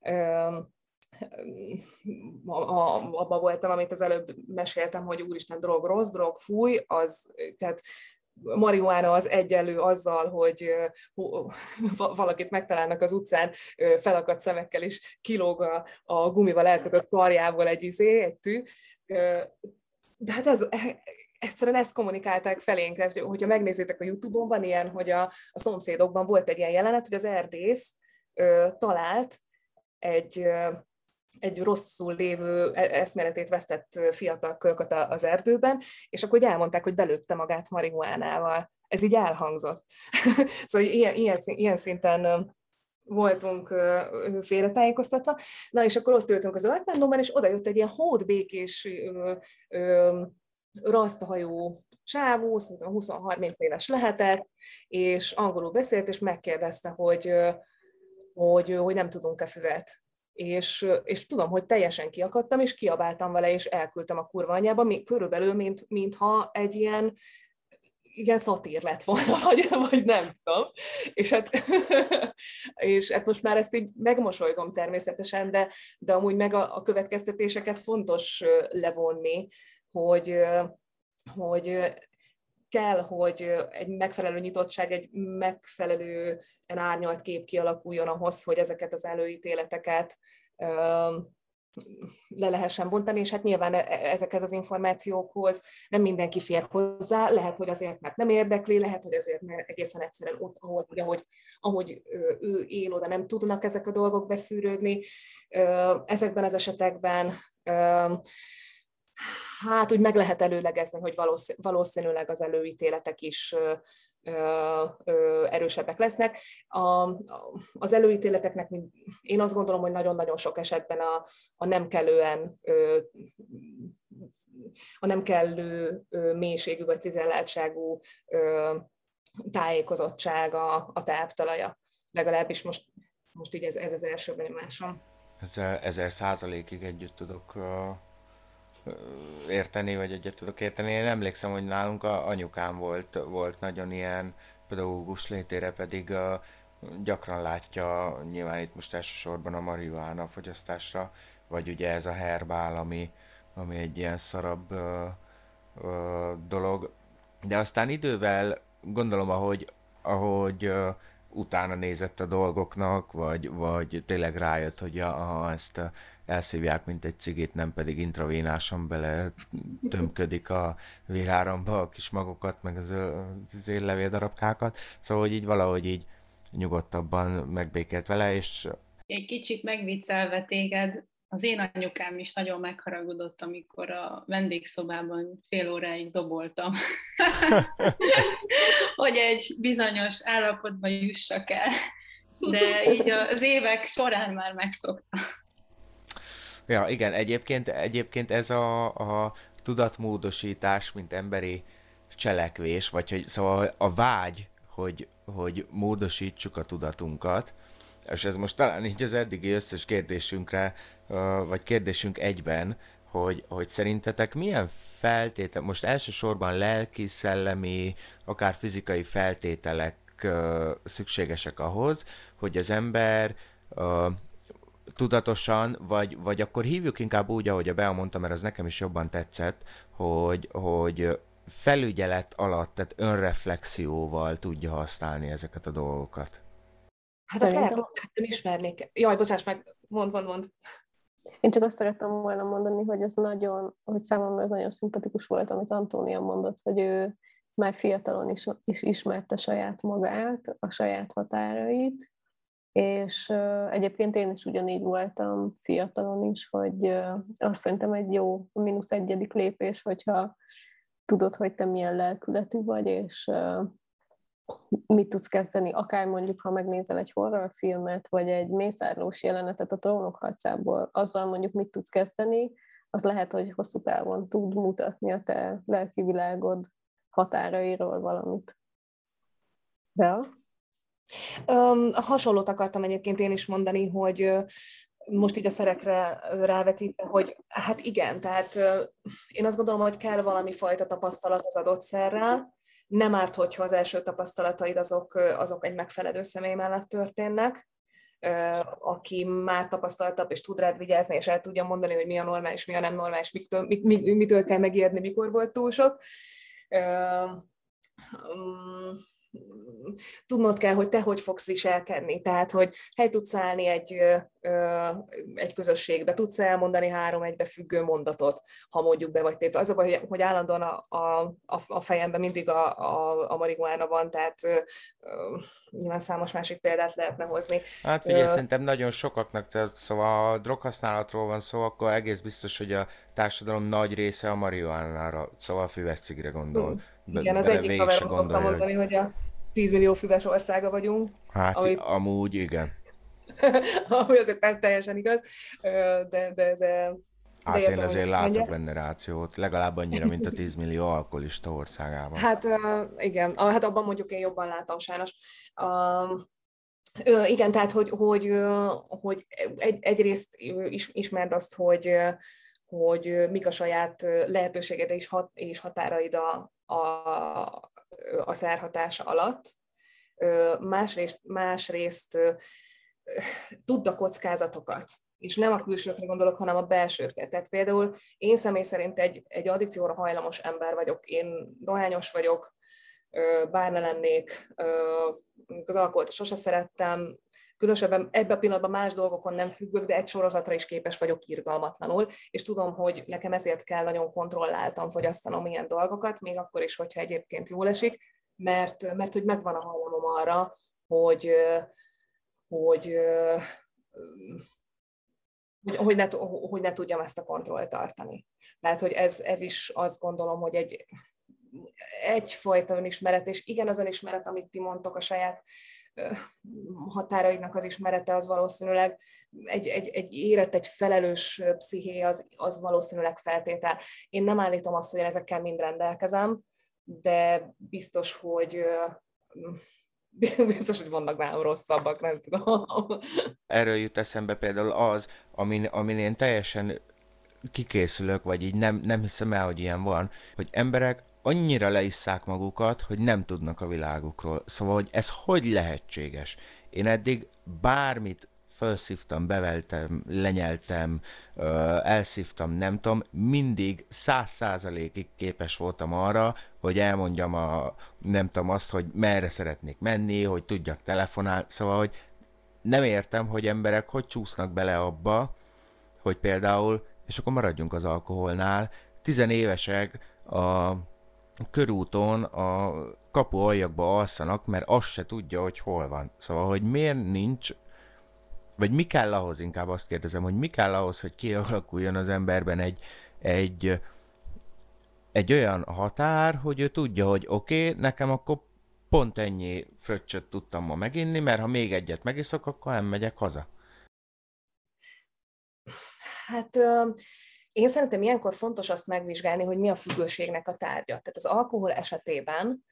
abban voltam, amit az előbb meséltem, hogy úristen, drog rossz, drog fúj, tehát marihuána az egyenlő azzal, hogy valakit megtalálnak az utcán, felakadt szemekkel, és kilóg a gumival elkötött karjából egy tű. De hát egyszerűen ezt kommunikálták felénk, hogyha megnézitek a YouTube-on, van ilyen, hogy a szomszédokban volt egy ilyen jelenet, hogy az erdész talált egy rosszul lévő, eszméletét vesztett fiatal kölyköt az erdőben, és akkor elmondták, hogy belőtte magát marihuánával. Ez így elhangzott. Szóval ilyen szinten voltunk félretájékoztatva. Na, és akkor ott ültünk az Öltmándomban, és oda jött egy ilyen hódbékés rasztahajú csávó, szerintem 20-30 éves lehetett, és angolul beszélt, és megkérdezte, hogy nem tudunk-e füvet. És tudom, hogy teljesen kiakadtam, és kiabáltam vele, és elküldtem a kurva anyjába, körülbelül, mintha egy ilyen szatír lett volna, vagy nem tudom. És hát most már ezt így megmosolygom természetesen, de amúgy meg a következtetéseket fontos levonni, hogy kell, hogy egy megfelelő nyitottság, egy megfelelően árnyalt kép kialakuljon ahhoz, hogy ezeket az előítéleteket le lehessen bontani, és hát nyilván ezekhez az információkhoz nem mindenki fér hozzá, lehet, hogy azért, mert nem érdekli, lehet, hogy azért, mert egészen egyszerűen ott, ahogy ő él, oda nem tudnak ezek a dolgok beszűrődni. Ezekben az esetekben hát úgy meg lehet előlegezni, hogy valószínűleg az előítéletek is erősebbek lesznek. Az előítéleteknek én azt gondolom, hogy nagyon-nagyon sok esetben a nem kellő mélységű vagy cizelláltságú tájékozottság a táptalaja. Legalábbis most így ez az első benyomásom. 1000%-ig együtt tudok érteni, vagy egyet tudok érteni. Én emlékszem, hogy nálunk anyukám volt nagyon ilyen pedagógus létére, pedig gyakran látja, nyilván itt most elsősorban a marihuána fogyasztásra, vagy ugye ez a herbál, ami egy ilyen szarabb dolog. De aztán idővel gondolom, ahogy utána nézett a dolgoknak, vagy tényleg rájött, hogy ezt elszívják, mint egy cigit, nem pedig intravénásan bele tömködik a véráramba a kis magokat, meg az éllevél darabkákat. Szóval, hogy így valahogy így nyugodtabban megbékélt vele, és... Egy kicsit megviccelve téged, az én anyukám is nagyon megharagudott, amikor a vendégszobában fél óráig doboltam, hogy egy bizonyos állapotba jussak el, de így az évek során már megszoktam. Ja, igen, egyébként ez a tudatmódosítás, mint emberi cselekvés, vagy hogy szóval a vágy, hogy módosítsuk a tudatunkat, és ez most talán így az eddigi összes kérdésünkre, vagy kérdésünk egyben, hogy szerintetek milyen feltétel, most elsősorban lelki, szellemi, akár fizikai feltételek szükségesek ahhoz, hogy az ember tudatosan, vagy akkor hívjuk inkább úgy, ahogy a Bea mondta, mert az nekem is jobban tetszett, hogy felügyelet alatt, tehát önreflexióval tudja használni ezeket a dolgokat. Hát azt szerintem ismernék. Jaj, bocsáss meg, mondd. Én csak azt szerettem volna mondani, hogy ez hogy számomra ez nagyon szimpatikus volt, amit Antónia mondott, hogy ő már fiatalon is ismerte saját magát, a saját határait, és egyébként én is ugyanígy voltam fiatalon is, hogy azt szerintem egy jó -1. Lépés, hogyha tudod, hogy te milyen lelkületű vagy, és mit tudsz kezdeni, akár mondjuk, ha megnézel egy horrorfilmet, vagy egy mészárlós jelenetet a Trónok harcából, azzal mondjuk mit tudsz kezdeni, az lehet, hogy hosszú távon tud mutatni a te lelki világod határairól valamit. Bea? Hasonlót akartam egyébként én is mondani, hogy most így a szerekre rávetítve, hogy hát igen, tehát én azt gondolom, hogy kell valami fajta tapasztalat az adott szerrel. Nem árt, hogyha az első tapasztalataid azok egy megfelelő személy mellett történnek, aki már tapasztaltabb, és tud rád vigyázni, és el tudja mondani, hogy mi a normális, mi a nem normális, mitől kell megijedni, mikor volt túl sok. Tudnod kell, hogy te hogy fogsz viselkedni, tehát, hogy hely tudsz állni egy közösségbe, tudsz elmondani 3 egybefüggő mondatot, ha mondjuk be vagy tépve. Az a baj, hogy állandóan a fejemben mindig a marihuána van, tehát nyilván számos másik példát lehetne hozni. Hát figyelj, szerintem nagyon sokaknak, tehát szóval ha droghasználatról van szó, akkor egész biztos, hogy a társadalom nagy része a marihuánára, szóval a füves cigire gondol. Igen, az egyik haverom szokta mondani, hogy a 10 millió füves országa vagyunk. Hát amúgy igen. Ami azért nem teljesen igaz, de hát én azért látok benne rációt, legalább annyira, mint a 10 millió alkoholista országában. Hát igen, hát abban mondjuk én jobban látom sajnos. Igen, tehát hogy egyrészt ismerd azt, hogy mik a saját lehetőséged és határaid a szerhatása alatt. Másrészt tudd a kockázatokat, és nem a külsőkre gondolok, hanem a belsőkre. Tehát például én személy szerint egy addikcióra hajlamos ember vagyok, én dohányos vagyok, bár ne lennék, az alkoholt sose szerettem, különösebben ebben a pillanatban más dolgokon nem függök, de egy sorozatra is képes vagyok irgalmatlanul, és tudom, hogy nekem ezért kell nagyon kontrolláltan fogyasztanom ilyen dolgokat, még akkor is, hogyha egyébként jól esik, mert hogy megvan a hajlamom arra, hogy ne tudjam ezt a kontrollt tartani. Tehát, hogy ez is azt gondolom, hogy egyfajta önismeret, és igen, az önismeret, amit ti mondtok, a saját határaidnak az ismerete, az valószínűleg egy érett, egy felelős psziché, az valószínűleg feltétel. Én nem állítom azt, hogy ezekkel mind rendelkezem, de biztos, hogy vannak nálam rosszabbak, nem tudom. Erről jut eszembe például az, amin én teljesen kikészülök, vagy így nem hiszem el, hogy ilyen van, hogy emberek annyira leisszák magukat, hogy nem tudnak a világukról. Szóval, hogy ez hogy lehetséges? Én eddig bármit felszívtam, beveltem, lenyeltem, elszívtam, nem tudom, mindig 100%-ig képes voltam arra, hogy elmondjam nem tudom azt, hogy merre szeretnék menni, hogy tudjak telefonálni, szóval, hogy nem értem, hogy emberek hogy csúsznak bele abba, hogy például, és akkor maradjunk az alkoholnál, 10 évesek a körúton a kapu aljakba alszanak, mert azt se tudja, hogy hol van. Szóval, hogy miért nincs, vagy mi kell ahhoz, inkább azt kérdezem, hogy mi kell ahhoz, hogy kialakuljon az emberben egy olyan határ, hogy ő tudja, hogy oké, nekem akkor pont ennyi fröccsöt tudtam ma meginni, mert ha még egyet megiszok, akkor nem megyek haza. Hát én szerintem ilyenkor fontos azt megvizsgálni, hogy mi a függőségnek a tárgya. Tehát az alkohol esetében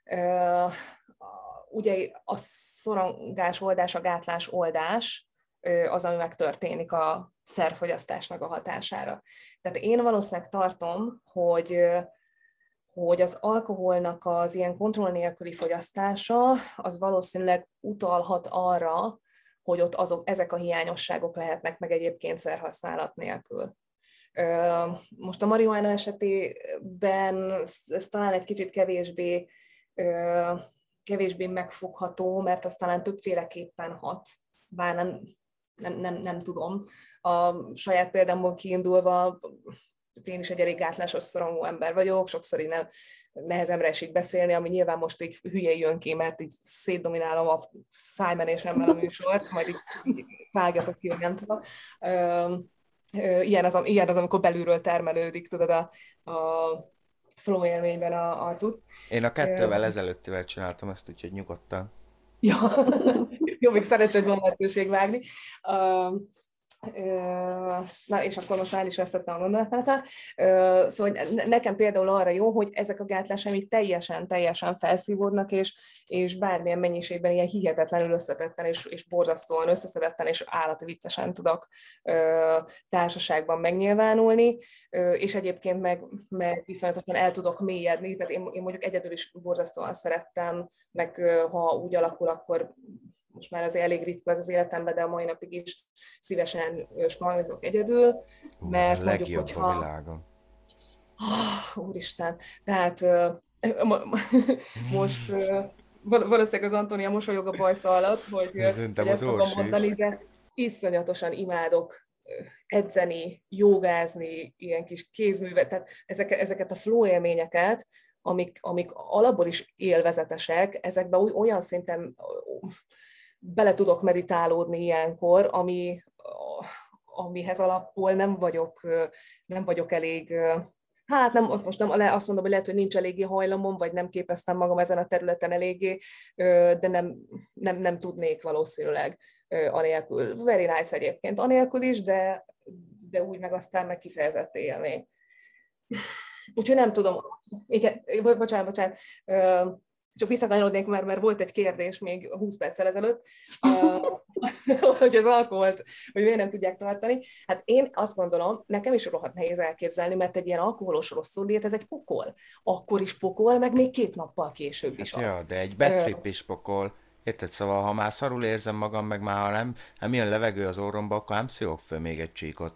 ugye a szorongás oldás, a gátlás oldás az, ami megtörténik a szerfogyasztásnak a hatására. Tehát én valószínűleg tartom, hogy az alkoholnak az ilyen kontroll nélküli fogyasztása az valószínűleg utalhat arra, hogy ott ezek a hiányosságok lehetnek meg egyébként szerhasználat nélkül. Most a marihuána esetében ez talán egy kicsit kevésbé megfogható, mert az talán többféleképpen hat, bár nem tudom. A saját példámból kiindulva, én is egy elég gátlásos, szorongó ember vagyok, sokszor így nehezemre esik beszélni, ami nyilván most így hülye jön ki, mert így szétdominálom a szájmenésemmel a műsort, majd így vágjatok ki, hogy nem tudom. Ilyen az, amikor belülről termelődik, tudod, a flow élményben a cucc. Én a 2-vel ezelőttivel csináltam ezt, úgyhogy nyugodtan. Ja, jó, még szerencsé, hogy van lehetőség vágni. Na, és akkor most már is vesztettem a gondolatát. Szóval nekem például arra jó, hogy ezek a gátlásaim így teljesen felszívódnak, és bármilyen mennyiségben ilyen hihetetlenül összetetten és borzasztóan összeszedetten és állati viccesen tudok társaságban megnyilvánulni, és egyébként meg viszonyatosan el tudok mélyedni, tehát én mondjuk egyedül is borzasztóan szerettem, meg ha úgy alakul, akkor most már azért elég ritka az életemben, de a mai napig is szívesen spanglizok egyedül, mert mondjuk, hogyha... a világon. Úristen, tehát most valószínűleg az Antónia mosolyog a bajsza alatt, hogy ezt fogom mondani, de iszonyatosan imádok edzeni, jogázni, ilyen kis kézművet, tehát ezeket a flow élményeket, amik alapból is élvezetesek, ezekben olyan szinten bele tudok meditálódni ilyenkor, amihez alapból nem vagyok elég, hát nem, most nem, azt mondom, hogy lehet, hogy nincs eléggé hajlamom, vagy nem képeztem magam ezen a területen eléggé, de nem tudnék valószínűleg anélkül. Very nice egyébként anélkül is, de úgy meg aztán meg kifejezett élmény. Úgyhogy nem tudom, igen, bocsánat, csak visszakanyarodnék, mert volt egy kérdés még 20 perccel ezelőtt, hogy az alkoholt, hogy miért nem tudják tartani. Hát én azt gondolom, nekem is rohadt nehéz elképzelni, mert egy ilyen alkoholos rosszul diét, ez egy pokol. Akkor is pokol, meg még 2 nappal később is hát az. Ja, de egy bedtrip is pokol. Érted? Szóval, ha már szarul érzem magam, meg már ha nem jön levegő az orromba, akkor nem szívok föl még egy csíkot.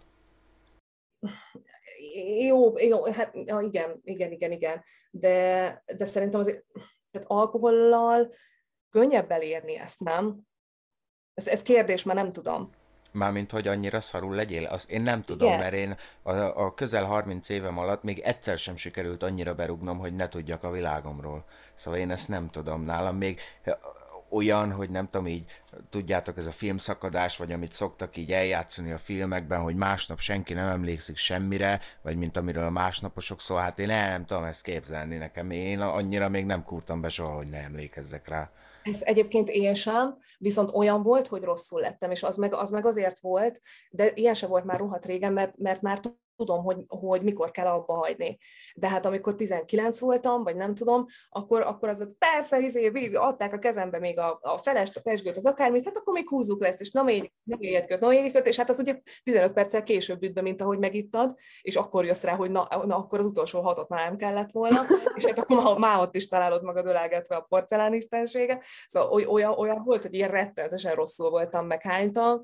Jó, hát igen. De szerintem azért, tehát alkohollal könnyebb elérni ezt, nem? Ez kérdés, már nem tudom. Mármint, hogy annyira szarul legyél? Azt én nem tudom, Igen. mert én a közel 30 évem alatt még egyszer sem sikerült annyira berúgnom, hogy ne tudjak a világomról. Szóval én ezt nem tudom. Nálam még olyan, hogy nem tudom, így tudjátok, ez a filmszakadás, vagy amit szoktak így eljátszani a filmekben, hogy másnap senki nem emlékszik semmire, vagy mint amiről a másnaposok szól, hát én nem tudom ezt képzelni nekem. Én annyira még nem kúrtam be soha, hogy ne emlékezzek rá. Ez egyébként én sem, viszont olyan volt, hogy rosszul lettem, és az meg azért volt, de ilyen se volt már rohadt régen, mert már tudom, hogy mikor kell abba hagyni. De hát amikor 19 voltam, vagy nem tudom, akkor az volt, persze, végig adták a kezembe még a felest, a pezsgőt, az akármit, hát akkor még húzzuk le ezt, és na még egy köt, és hát az ugye 15 perccel később üt be, mint ahogy megittad, és akkor jössz rá, hogy na akkor az utolsó 6-ot már nem kellett volna, és hát akkor már ott is találod magad ölelgetve a porcelánistensége. Szóval olyan volt, hogy ilyen rettenetesen rosszul voltam, meg hánytam,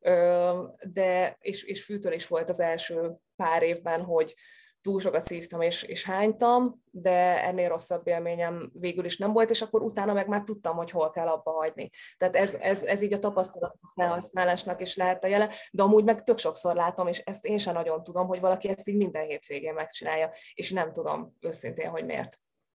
de és fűtől is volt az első pár évben, hogy túl sokat szívtam és hánytam, de ennél rosszabb élményem végül is nem volt, és akkor utána meg már tudtam, hogy hol kell abba hagyni. Tehát ez így a tapasztalatok felhasználásnak is lehet a jele, de amúgy meg tök sokszor látom, és ezt én sem nagyon tudom, hogy valaki ezt így minden hétvégén megcsinálja, és nem tudom őszintén, hogy miért.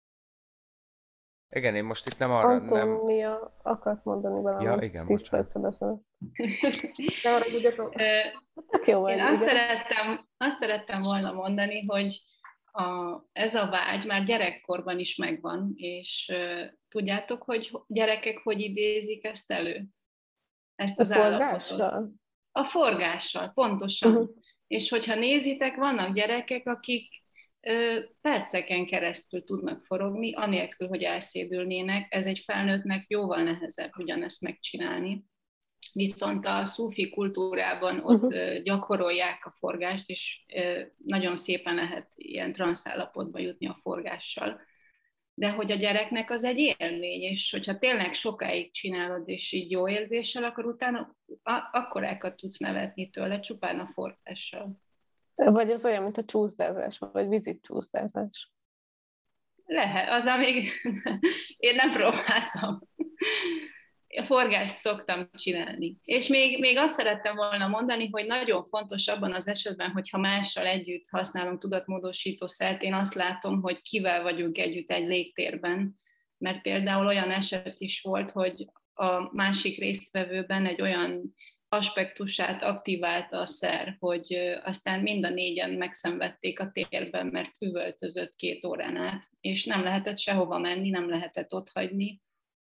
Igen, én most itt nem arra... Antónia akart mondani valamit. Ja, igen, 10 percet beszél. De arra tudjátok? Én azt szerettem volna mondani, hogy ez a vágy már gyerekkorban is megvan, és tudjátok, hogy gyerekek hogy idézik ezt elő? Ezt az állapotot. A forgással, pontosan. És hogyha nézitek, vannak gyerekek, akik perceken keresztül tudnak forogni, anélkül, hogy elszédülnének. Ez egy felnőttnek jóval nehezebb ugyanezt megcsinálni. Viszont a szufi kultúrában ott gyakorolják a forgást, és nagyon szépen lehet ilyen transzállapotba jutni a forgással. De hogy a gyereknek az egy élmény, és hogyha tényleg sokáig csinálod, és így jó érzéssel, akkor utána akkorákat tudsz nevetni tőle, csupán a forgással. Vagy az olyan, mint a csúszdázás, vagy vízicsúszdázás. Lehet, azzal még én nem próbáltam. A forgást szoktam csinálni. És még azt szerettem volna mondani, hogy nagyon fontos abban az esetben, hogyha mással együtt használunk tudatmódosító szert, én azt látom, hogy kivel vagyunk együtt egy légtérben, mert például olyan eset is volt, hogy a másik résztvevőben egy olyan aspektusát aktiválta a szer, hogy aztán mind a 4-en megszenvedték a térben, mert üvöltözött 2 órán át, és nem lehetett sehova menni, nem lehetett otthagyni.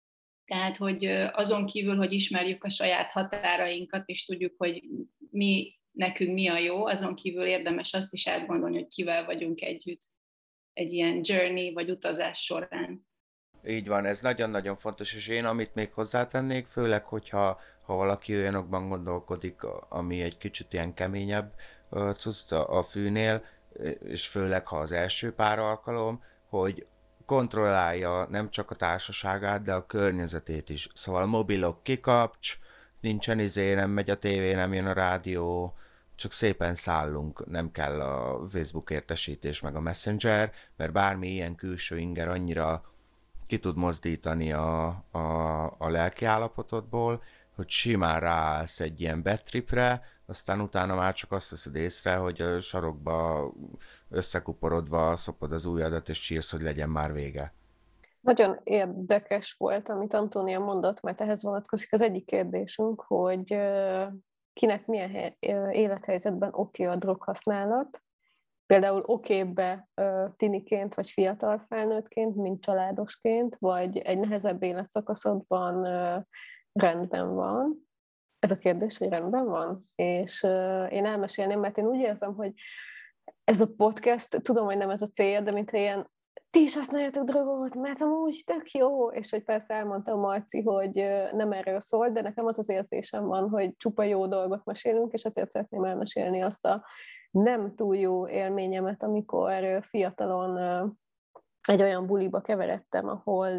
Tehát, hogy azon kívül, hogy ismerjük a saját határainkat, és tudjuk, hogy nekünk mi a jó, azon kívül érdemes azt is átgondolni, hogy kivel vagyunk együtt egy ilyen journey vagy utazás során. Így van, ez nagyon-nagyon fontos, és én amit még hozzátennék, főleg, hogyha valaki olyanokban gondolkodik, ami egy kicsit ilyen keményebb cucc a fűnél, és főleg, ha az első pár alkalom, hogy kontrollálja nem csak a társaságát, de a környezetét is. Szóval mobilok kikapcs, nincsen nem megy a tévé, nem jön a rádió, csak szépen szállunk, nem kell a Facebook értesítés meg a Messenger, mert bármi ilyen külső inger annyira ki tud mozdítani a lelki állapotodból, hogy simán ráállsz egy ilyen bad tripre, aztán utána már csak azt veszed észre, hogy a sarokba összekuporodva szopod az ujjadat, és sírsz, hogy legyen már vége. Nagyon érdekes volt, amit Antónia mondott, mert ehhez vonatkozik az egyik kérdésünk, hogy kinek milyen élethelyzetben oké a droghasználat. Például okébb-e tiniként, vagy fiatal felnőttként, mint családosként, vagy egy nehezebb életszakaszodban rendben van. Ez a kérdés, hogy rendben van? És én elmesélném, mert én úgy érzem, hogy ez a podcast, tudom, hogy nem ez a célja, de mint ilyen ti is használjátok drogot, mert amúgy tök jó, és hogy persze elmondta Marci, hogy nem erről szól, de nekem az az érzésem van, hogy csupa jó dolgot mesélünk, és azért szeretném elmesélni azt a nem túl jó élményemet, amikor fiatalon egy olyan buliba keveredtem, ahol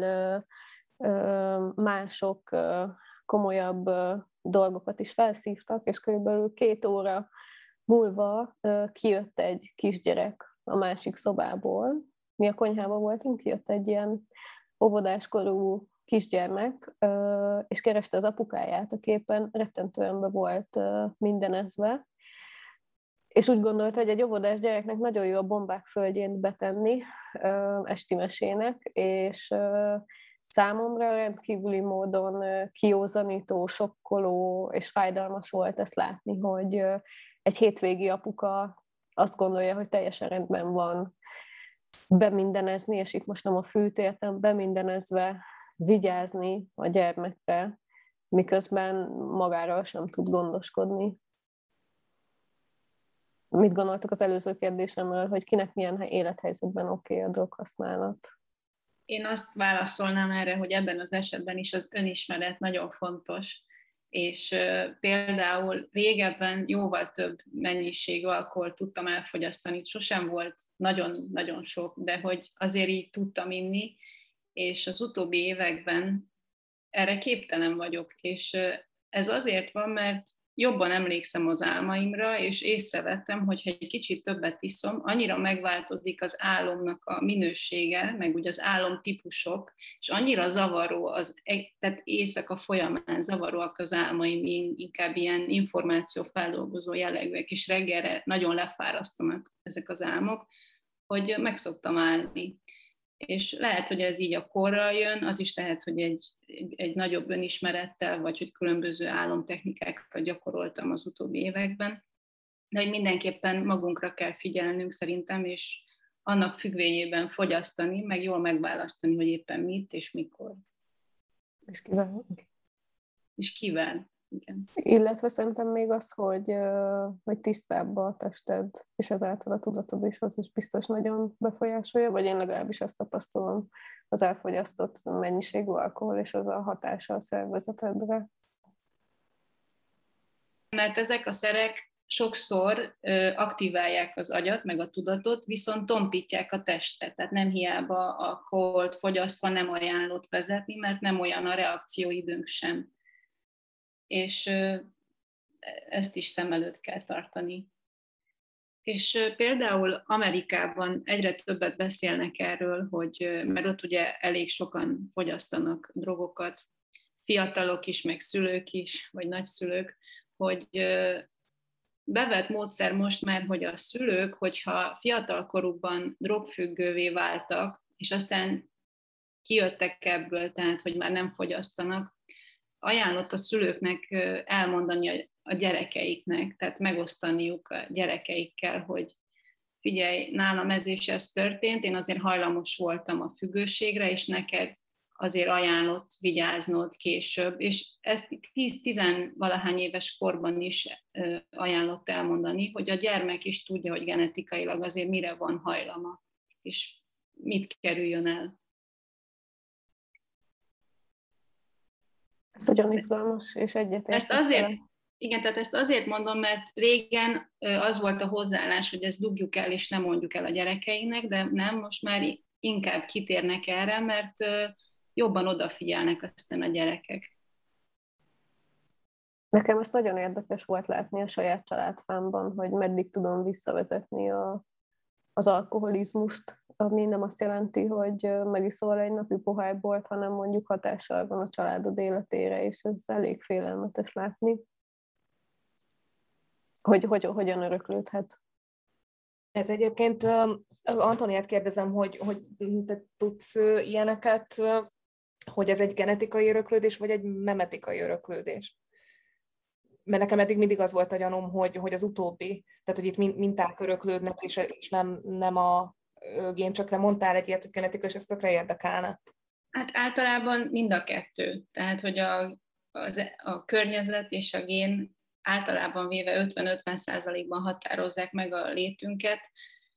mások komolyabb dolgokat is felszívtak, és körülbelül 2 óra múlva kijött egy kisgyerek a másik szobából. Mi a konyhában voltunk, kijött egy ilyen óvodáskorú kisgyermek, és kereste az apukáját, a képen rettentően be volt mindenezve, és úgy gondolta, hogy egy óvodás gyereknek nagyon jó a Bombák földjén betenni esti mesének, és számomra rendkívüli módon kiózanító, sokkoló és fájdalmas volt ezt látni, hogy egy hétvégi apuka azt gondolja, hogy teljesen rendben van bemindenezni, és itt most nem a fűt értem, bemindenezve vigyázni a gyermekre, miközben magáról sem tud gondoskodni. Mit gondoltok az előző kérdésemről, hogy kinek milyen élethelyzetben oké a droghasználat? Én azt válaszolnám erre, hogy ebben az esetben is az önismeret nagyon fontos, és például régebben jóval több mennyiségű alkoholt tudtam elfogyasztani, sosem volt nagyon-nagyon sok, de hogy azért így tudtam inni, és az utóbbi években erre képtelen vagyok, és ez azért van, mert jobban emlékszem az álmaimra, és észrevettem, hogy ha egy kicsit többet iszom, annyira megváltozik az álomnak a minősége, meg ugye az álomtípusok, és annyira zavaró, tehát éjszaka folyamán zavaróak az álmaim, inkább ilyen információfeldolgozó jellegűek, és reggelre nagyon lefárasztanak ezek az álmok, hogy meg szoktam állni. És lehet, hogy ez így a korral jön, az is lehet, hogy egy nagyobb önismerettel, vagy hogy különböző álomtechnikákat gyakoroltam az utóbbi években, de hogy mindenképpen magunkra kell figyelnünk szerintem, és annak függvényében fogyasztani, meg jól megválasztani, hogy éppen mit és mikor. És kivel? És kivel. Igen. Illetve szerintem még az, hogy tisztább a tested, és ezáltal a tudatod is, az is biztos nagyon befolyásolja, vagy én legalábbis azt tapasztalom az elfogyasztott mennyiségű alkohol, és az a hatása a szervezetedre. Mert ezek a szerek sokszor aktiválják az agyat, meg a tudatot, viszont tompítják a testet. Tehát nem hiába alkoholt fogyasztva nem ajánlott vezetni, mert nem olyan a reakcióidőnk sem. És ezt is szem előtt kell tartani. És például Amerikában egyre többet beszélnek erről, mert ott ugye elég sokan fogyasztanak drogokat, fiatalok is, meg szülők is, vagy nagyszülők, hogy bevett módszer most már, hogy a szülők, hogyha fiatalkorukban drogfüggővé váltak, és aztán kijöttek ebből, tehát hogy már nem fogyasztanak, ajánlott a szülőknek elmondani a gyerekeiknek, tehát megosztaniuk a gyerekeikkel, hogy figyelj, nálam ez és ez történt, én azért hajlamos voltam a függőségre, és neked azért ajánlott vigyáznod később, és ezt 10-10-valahány éves korban is ajánlott elmondani, hogy a gyermek is tudja, hogy genetikailag azért mire van hajlama, és mit kerüljön el. Ez nagyon izgalmas, és egyetértek. Igen, tehát ezt azért mondom, mert régen az volt a hozzáállás, hogy ezt dugjuk el, és nem mondjuk el a gyerekeinek, de nem, most már inkább kitérnek erre, mert jobban odafigyelnek aztán a gyerekek. Nekem ez nagyon érdekes volt látni a saját családfámban, hogy meddig tudom visszavezetni az alkoholizmust, ami nem azt jelenti, hogy megiszol egy napi pohár bort, hanem mondjuk hatással van a családod életére, és ez elég félelmetes látni, hogy hogyan öröklődhet. Ez egyébként, Antoniát kérdezem, hogy te tudsz ilyeneket, hogy ez egy genetikai öröklődés, vagy egy memetikai öröklődés? Mert nekem eddig mindig az volt a gyanúm, hogy az utóbbi, tehát hogy itt minták öröklődnek, és nem a gén, csak te mondtál egy ilyet, hogy genetikai, és ez tökre érdekelne. Hát általában mind a kettő. Tehát, hogy a környezet és a gén általában véve 50-50%-ban határozzák meg a létünket,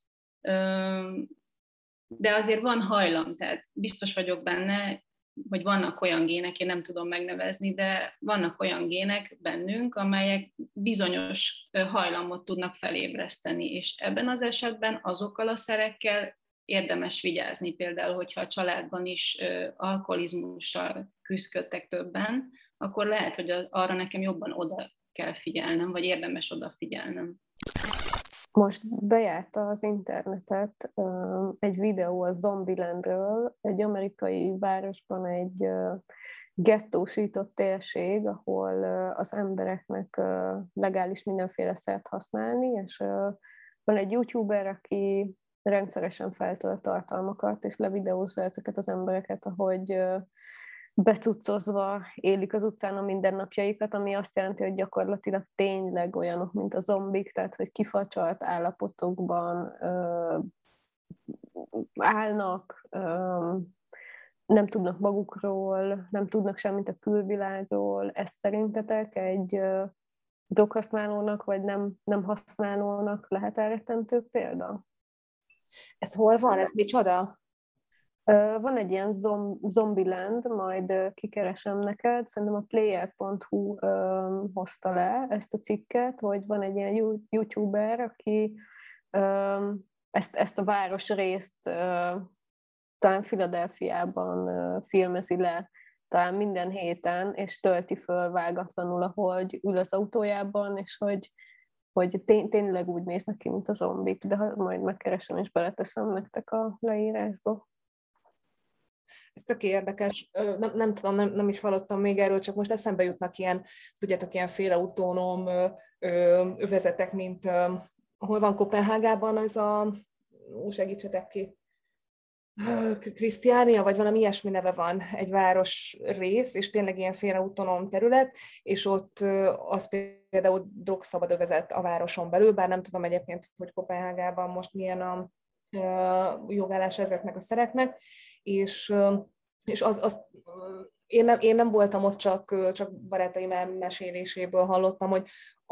de azért van hajlam, tehát biztos vagyok benne, hogy vannak olyan gének, én nem tudom megnevezni, de vannak olyan gének bennünk, amelyek bizonyos hajlamot tudnak felébreszteni, és ebben az esetben azokkal a szerekkel érdemes vigyázni. Például, hogyha a családban is alkoholizmussal küzdködtek többen, akkor lehet, hogy arra nekem jobban oda kell figyelnem, vagy érdemes odafigyelnem. Most bejárta az internetet egy videó a Zombielandről, egy amerikai városban egy gettósított térség, ahol az embereknek legális mindenféle szert használni, és van egy youtuber, aki rendszeresen feltölt tartalmakat, és levideózza ezeket az embereket, ahogy becuccozva élik az utcán a mindennapjaikat, ami azt jelenti, hogy gyakorlatilag tényleg olyanok, mint a zombik, tehát hogy kifacsart állapotokban állnak, nem tudnak magukról, nem tudnak semmit a külvilágról. Ez szerintetek egy droghasználónak, vagy nem használónak lehet elrettentő példa? Ez hol van? Ez micsoda? Van egy ilyen Zombieland, majd kikeresem neked, szerintem a player.hu hozta le ezt a cikket, hogy van egy ilyen youtuber, aki ezt a városrészt talán Philadelphiában filmezi le, talán minden héten, és tölti föl vágatlanul, ahogy ül az autójában, és hogy tényleg úgy néznek ki, mint a zombik, de majd megkeresem és beleteszem nektek a leírásba. Ez tök érdekes. Nem tudom, nem is hallottam még erről, csak most eszembe jutnak ilyen, tudjátok, ilyen félautónom övezetek, mint hol van Kopenhágában ez segítsetek ki, Krisztiánia, vagy valami ilyesmi neve van, egy város rész, és tényleg ilyen félautonóm terület, és ott az például drogszabad övezet a városon belül, bár nem tudom egyébként, hogy Kopenhágában most milyen a jogállás ezeknek a szereknek, és én nem voltam ott, csak barátaim elmeséléséből hallottam, hogy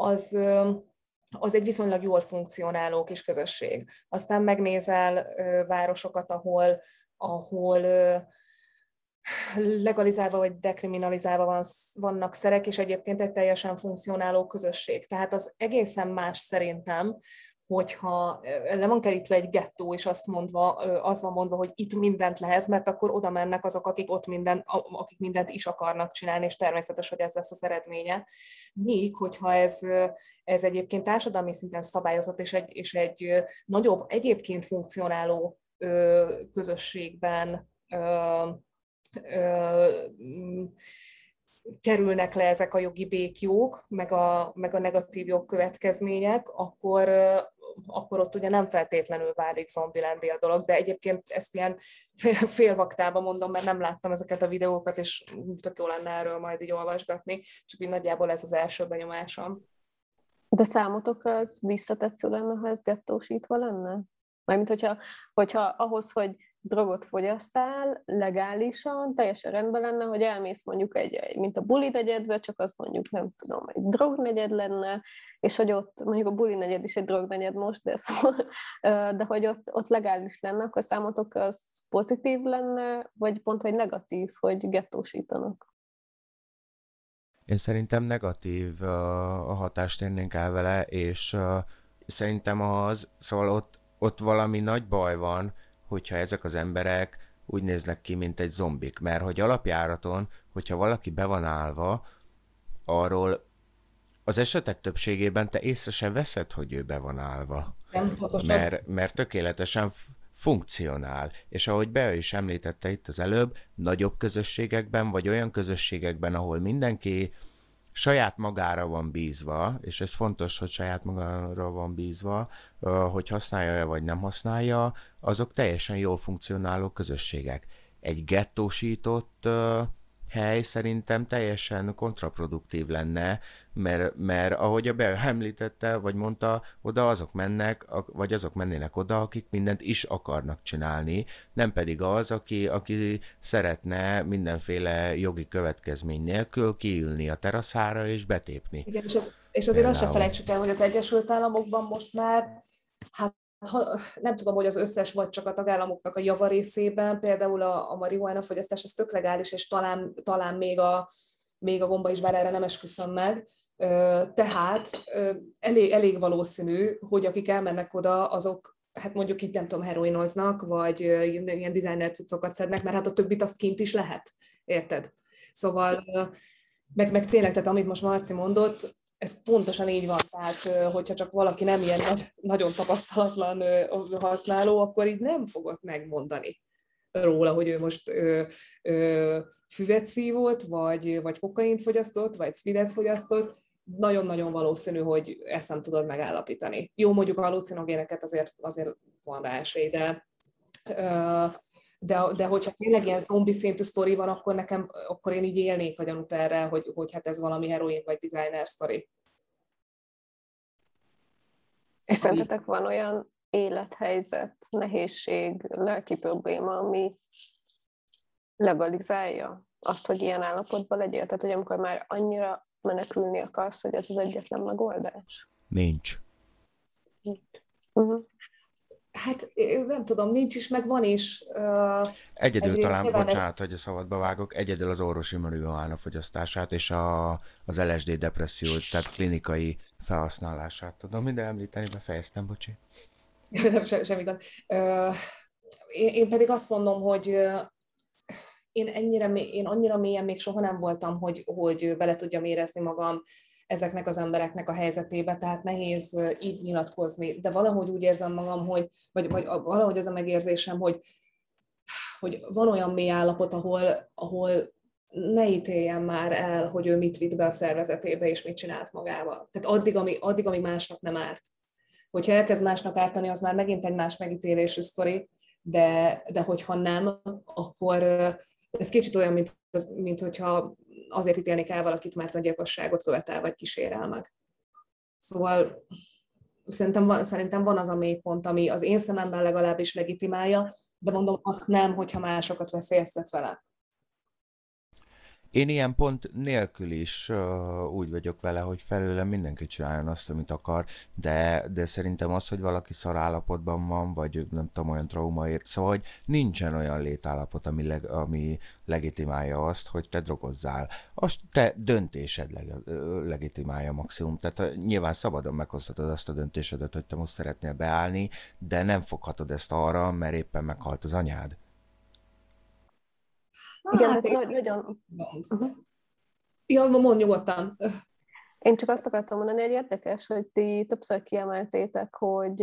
az egy viszonylag jól funkcionáló kis közösség. Aztán megnézel városokat, ahol legalizálva vagy dekriminalizálva vannak szerek, és egyébként egy teljesen funkcionáló közösség. Tehát az egészen más szerintem, hogyha le van kerítve egy gettó, és az van mondva, hogy itt mindent lehet, mert akkor oda mennek azok, akik mindent is akarnak csinálni, és természetes, hogy ez lesz az eredménye. Míg, hogyha ez egyébként társadalmi szinten szabályozott, és egy nagyobb, egyébként funkcionáló közösségben kerülnek le ezek a jogi békjók, meg a negatív jogkövetkezmények, akkor ott ugye nem feltétlenül válik zombilándi a dolog, de egyébként ezt ilyen félvaktában mondom, mert nem láttam ezeket a videókat, és tök jó lenne erről majd így olvasgatni, csak így nagyjából ez az első benyomásom. De számotokra ez visszatetsző lenne, ha ez gettósítva lenne? Mármint, hogyha ahhoz, hogy drogot fogyasztál legálisan, teljesen rendben lenne, hogy elmész mondjuk mint a buli negyedbe, csak az mondjuk nem tudom, egy drognegyed lenne, és hogy ott mondjuk a buli negyed is egy drognegyed most, de hogy ott legális lenne, akkor számotokra az pozitív lenne, vagy pont, hogy negatív, hogy gettósítanak? Én szerintem negatív a hatást érnénk el vele, és szerintem szóval ott valami nagy baj van, hogyha ezek az emberek úgy néznek ki, mint egy zombik. Mert hogy alapjáraton, hogyha valaki be van állva, arról az esetek többségében te észre sem veszed, hogy ő be van állva. Mert tökéletesen funkcionál. És ahogy Bea is említette itt az előbb, nagyobb közösségekben, vagy olyan közösségekben, ahol mindenki saját magára van bízva, és ez fontos, hogy saját magára van bízva, hogy használja vagy nem használja, azok teljesen jól funkcionáló közösségek. Egy gettósított hely szerintem teljesen kontraproduktív lenne, mert ahogy a Bea említette, vagy mondta, oda azok mennek, vagy azok mennének oda, akik mindent is akarnak csinálni, nem pedig az, aki szeretne mindenféle jogi következmény nélkül kiülni a teraszára és betépni. Igen, és azért azt se felejtsük el, hogy az Egyesült Államokban most már, nem tudom, hogy az összes, vagy csak a tagállamoknak a javarészében, például a marihuána fogyasztás, ez tök legális, és talán még a gomba is, bár erre nem esküszöm meg. Tehát elég valószínű, hogy akik elmennek oda, azok hát mondjuk itt nem tudom, heroinoznak, vagy ilyen designer cuccokat szednek, mert hát a többit azt kint is lehet, érted? Szóval, meg tényleg, tehát amit most Marci mondott, ez pontosan így van, tehát hogyha csak valaki nem ilyen nagyon tapasztalatlan használó, akkor így nem fogod megmondani róla, hogy ő most füvet szívott, vagy kokaint fogyasztott, vagy speedet fogyasztott. Nagyon-nagyon valószínű, hogy ezt nem tudod megállapítani. Jó, mondjuk a halucinogéneket azért van rá esély, de hogyha tényleg ilyen zombi szintű sztori van, akkor én így élnék a gyanúperrel, hogy hát ez valami heroin vagy designer sztori. És szerintetek van olyan élethelyzet, nehézség, lelki probléma, ami legalizálja azt, hogy ilyen állapotban legyél? Tehát, hogy amikor már annyira menekülni akarsz, hogy ez az egyetlen megoldás? Nincs. Uh-huh. Hát nem tudom, nincs is, meg van is. Egyedül talán, bocsánat, hogy a szabadba vágok, egyedül az orvosi marihuána fogyasztását és az LSD depresszió, tehát klinikai felhasználását tudom ide említeni, befejeztem, bocsi. Semmi gond. Én pedig azt mondom, hogy én annyira mélyen még soha nem voltam, hogy bele tudjam érezni magam ezeknek az embereknek a helyzetébe, tehát nehéz így nyilatkozni, de valahogy úgy érzem magam, vagy valahogy ez a megérzésem, hogy van olyan mély állapot, ahol ne ítéljen már el, hogy ő mit vitt be a szervezetébe, és mit csinált magával. Tehát addig, amíg másnak nem árt. Hogyha elkezd másnak ártani, az már megint egy más megítélésű sztori, de hogyha nem, akkor ez kicsit olyan, mint hogyha azért ítélni kell valakit, mert a gyilkosságot követel, vagy kísérel meg. Szóval szerintem van az a mélypont, ami az én szememben legalábbis legitimálja, de mondom, azt nem, hogyha másokat veszélyeztet vele. Én ilyen pont nélkül is úgy vagyok vele, hogy felőlem mindenki csináljon azt, amit akar, de szerintem az, hogy valaki szar állapotban van, vagy nem tudom, olyan traumaért, szóval, hogy nincsen olyan létállapot, ami legitimálja azt, hogy te drogozzál. Azt te döntésed legitimálja maximum. Tehát nyilván szabadon meghozhatod azt a döntésedet, hogy te most szeretnél beállni, de nem foghatod ezt arra, mert éppen meghalt az anyád. Igen, hát nagyon... Ja, mondd nyugodtan. Én csak azt akartam mondani, hogy érdekes, hogy ti többször kiemeltétek, hogy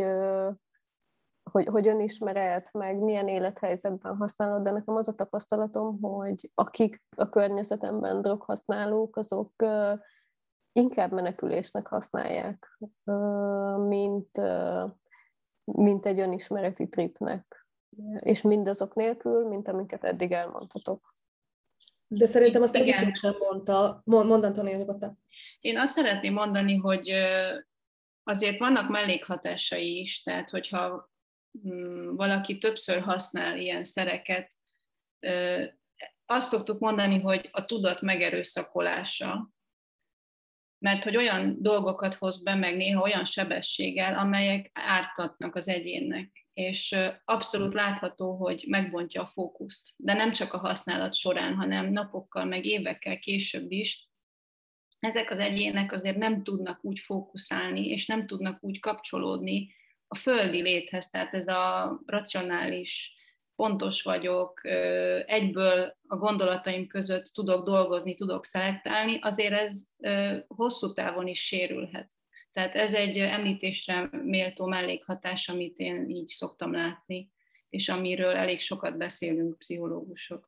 önismeret, meg milyen élethelyzetben használod, de nekem az a tapasztalatom, hogy akik a környezetemben droghasználók, azok inkább menekülésnek használják, mint egy önismereti tripnek. És mindazok nélkül, mint amiket eddig elmondhatok. De szerintem azt egyébként sem mondta. Mondd, Antónia, nyugodtan. Én azt szeretném mondani, hogy azért vannak mellékhatásai is, tehát hogyha valaki többször használ ilyen szereket, azt szoktuk mondani, hogy a tudat megerőszakolása, mert hogy olyan dolgokat hoz be, meg néha olyan sebességgel, amelyek ártatnak az egyénnek. És abszolút látható, hogy megbontja a fókuszt. De nem csak a használat során, hanem napokkal, meg évekkel később is. Ezek az egyének azért nem tudnak úgy fókuszálni, és nem tudnak úgy kapcsolódni a földi léthez. Tehát ez a racionális, pontos vagyok, egyből a gondolataim között tudok dolgozni, tudok szelektálni, azért ez hosszú távon is sérülhet. Tehát ez egy említésre méltó mellékhatás, amit én így szoktam látni, és amiről elég sokat beszélünk pszichológusok.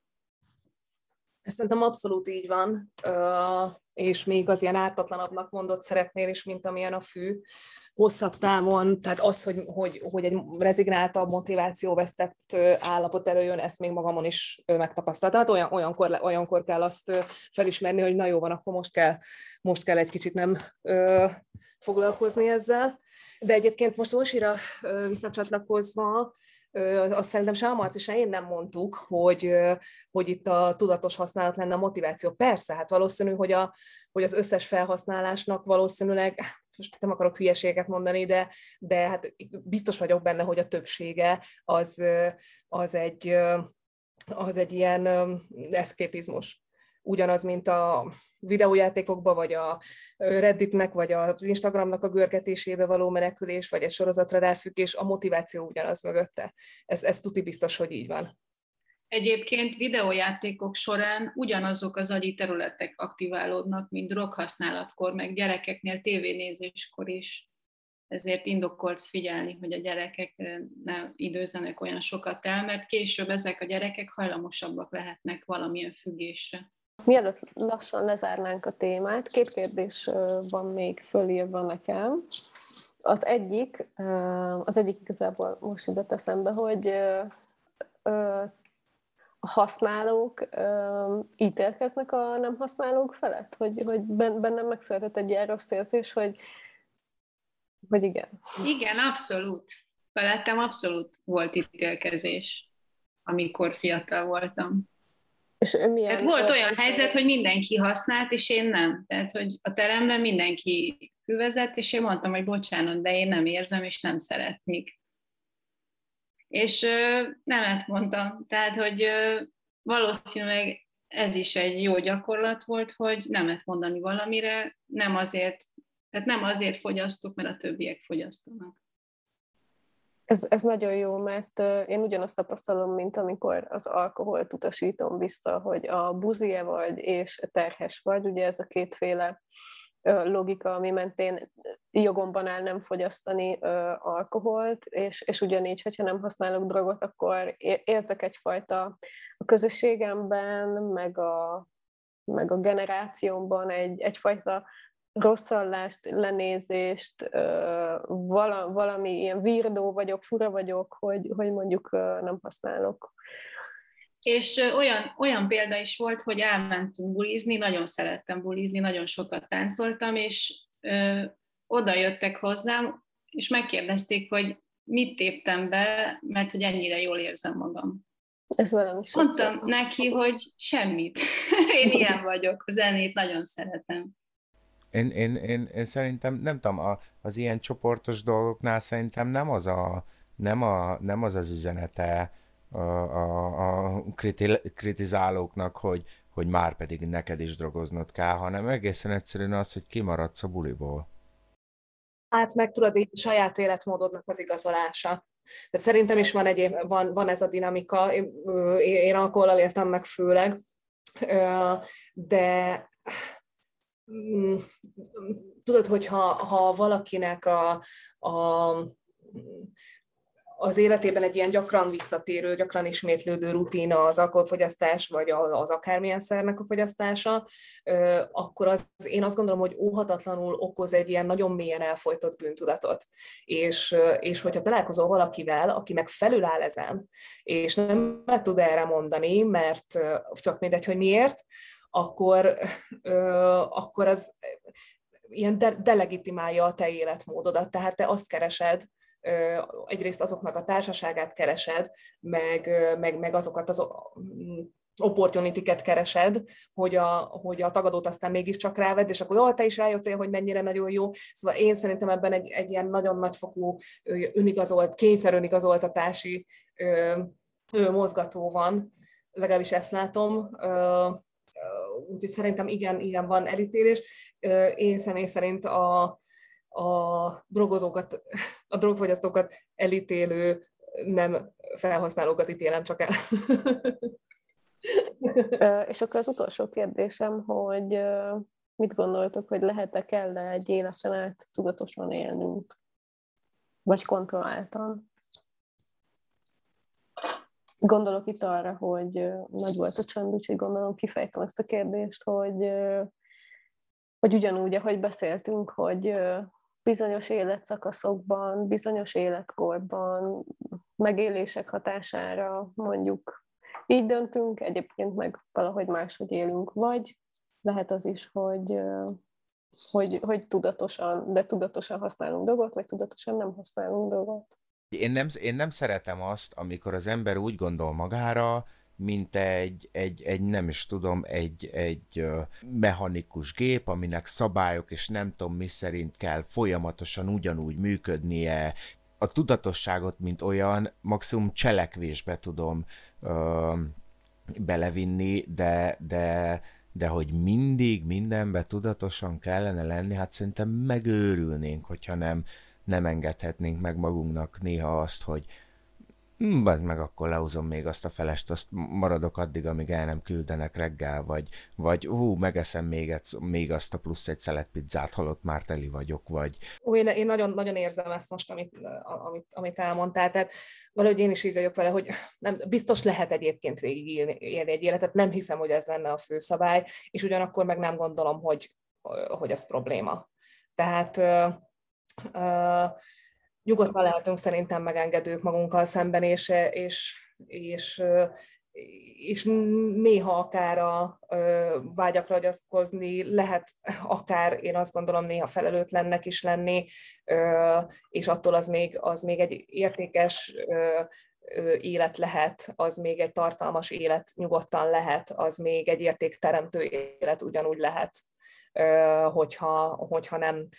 Ez szerintem abszolút így van, és még az ilyen ártatlanabbnak mondott szereknél is, mint amilyen a fű, hosszabb távon, tehát az, hogy egy rezignáltabb, motivációvesztett állapot előjön, ezt még magamon is megtapasztaltam. Tehát olyankor kell azt felismerni, hogy na jó van, akkor most kell egy kicsit nem foglalkozni ezzel. De egyébként most Orsira visszacsatlakozva, azt szerintem se a Marci, se én nem mondtuk, hogy itt a tudatos használat lenne a motiváció. Persze, hát valószínű, hogy az összes felhasználásnak valószínűleg, most nem akarok hülyeséget mondani, de hát biztos vagyok benne, hogy a többsége az egy ilyen eszképizmus. Ugyanaz, mint a videójátékokba, vagy a Redditnek, vagy az Instagramnak a görgetésébe való menekülés, vagy egy sorozatra ráfüggés, a motiváció ugyanaz mögötte. Ez tuti biztos, hogy így van. Egyébként videójátékok során ugyanazok az agyi területek aktiválódnak, mint droghasználatkor, meg gyerekeknél tévénézéskor is. Ezért indokolt figyelni, hogy a gyerekek ne időzzenek olyan sokat el, mert később ezek a gyerekek hajlamosabbak lehetnek valamilyen függésre. Mielőtt lassan lezárnánk a témát, 2 kérdés van még fölírva nekem. Az egyik igazából most jutott eszembe, hogy a használók ítélkeznek a nem használók felett? Hogy bennem megszületett egy ilyen rossz érzés, hogy igen. Igen, abszolút. Felettem abszolút volt ítélkezés, amikor fiatal voltam. Tehát volt olyan helyzet, hogy mindenki használt, és én nem. Tehát, hogy a teremben mindenki füvezett, és én mondtam, hogy bocsánat, de én nem érzem, és nem szeretnék. És nemet mondtam. Tehát, hogy valószínűleg ez is egy jó gyakorlat volt, hogy nemet mondani valamire, nem azért fogyasztok, mert a többiek fogyasztanak. Ez nagyon jó, mert én ugyanazt tapasztalom, mint amikor az alkoholt utasítom vissza, hogy a buzi-e vagy és terhes vagy, ugye ez a kétféle logika, ami mentén jogomban áll nem fogyasztani alkoholt, és ugyanígy, hogyha nem használok drogot, akkor érzek egyfajta a közösségemben, meg a generációmban egyfajta rosszallást, lenézést, valami ilyen virdó vagyok, fura vagyok, hogy mondjuk nem használok. És olyan példa is volt, hogy elmentünk bulizni, nagyon szerettem bulizni, nagyon sokat táncoltam, és oda jöttek hozzám, és megkérdezték, hogy mit téptem be, mert hogy ennyire jól érzem magam. Ez velem is. Mondtam neki, hogy semmit. Én ilyen vagyok, a zenét nagyon szeretem. Én szerintem, nem tudom, az ilyen csoportos dolgoknál szerintem nem az üzenete a kritizálóknak, hogy már pedig neked is drogoznod kell, hanem egészen egyszerűen az, hogy kimaradsz a buliból. Hát meg tudod, így saját életmódodnak az igazolása. Tehát szerintem is van ez a dinamika, én alkohollal éltem meg főleg, de tudod, hogy ha valakinek az életében egy ilyen gyakran visszatérő, gyakran ismétlődő rutina az alkoholfogyasztás, vagy az akármilyen szernek a fogyasztása, akkor én azt gondolom, hogy óhatatlanul okoz egy ilyen nagyon mélyen elfojtott bűntudatot. És hogyha találkozol valakivel, aki meg felüláll ezen, és nem tud erre mondani, mert csak mindegy, hogy miért, akkor az ilyen delegitimálja a te életmódodat. Tehát te azt keresed, egyrészt azoknak a társaságát keresed, meg azokat az opportunity-ket keresed, hogy a tagadót aztán mégiscsak rávedd, és akkor te is rájöttél, hogy mennyire nagyon jó. Szóval én szerintem ebben egy ilyen nagyon nagyfokú kényszerönigazoltatási mozgató van, legalábbis ezt látom. Úgyhogy szerintem igen, van elítélés. Én személy szerint a drogozókat, a drogfogyasztókat elítélő nem felhasználókat ítélem csak el. És akkor az utolsó kérdésem, hogy mit gondoltok, hogy kell egy életen át tudatosan élnünk? Vagy kontrolláltan? Gondolok itt arra, hogy nagy volt a csönd, úgyhogy gondolom kifejtem ezt a kérdést, hogy ugyanúgy, ahogy beszéltünk, hogy bizonyos életszakaszokban, bizonyos életkorban, megélések hatására mondjuk így döntünk, egyébként meg valahogy máshogy élünk, vagy lehet az is, hogy tudatosan használunk dolgot, vagy tudatosan nem használunk dolgot. Én nem szeretem azt, amikor az ember úgy gondol magára, mint egy nem is tudom, egy mechanikus gép, aminek szabályok és nem tudom mi szerint kell folyamatosan ugyanúgy működnie. A tudatosságot, mint olyan, maximum cselekvésbe tudom belevinni, de hogy mindig mindenbe tudatosan kellene lenni, hát szerintem megőrülnénk, hogyha nem engedhetnénk meg magunknak néha azt, hogy meg akkor lehúzom még azt a felest, azt maradok addig, amíg el nem küldenek reggel, vagy megeszem még azt a plusz egy szelet pizzát, holott már teli vagyok, vagy... Én nagyon érzem ezt most, amit elmondtál, tehát valahogy én is így vagyok vele, hogy nem, biztos lehet egyébként végigélni egy életet, nem hiszem, hogy ez lenne a főszabály, és ugyanakkor meg nem gondolom, hogy ez probléma. Tehát nyugodtan lehetünk szerintem megengedők magunkkal szemben, és néha akár a vágyakra agyaszkozni, lehet akár, én azt gondolom, néha felelőtlennek is lenni, és attól az még egy értékes élet lehet, az még egy tartalmas élet nyugodtan lehet, az még egy értékteremtő élet ugyanúgy lehet, hogyha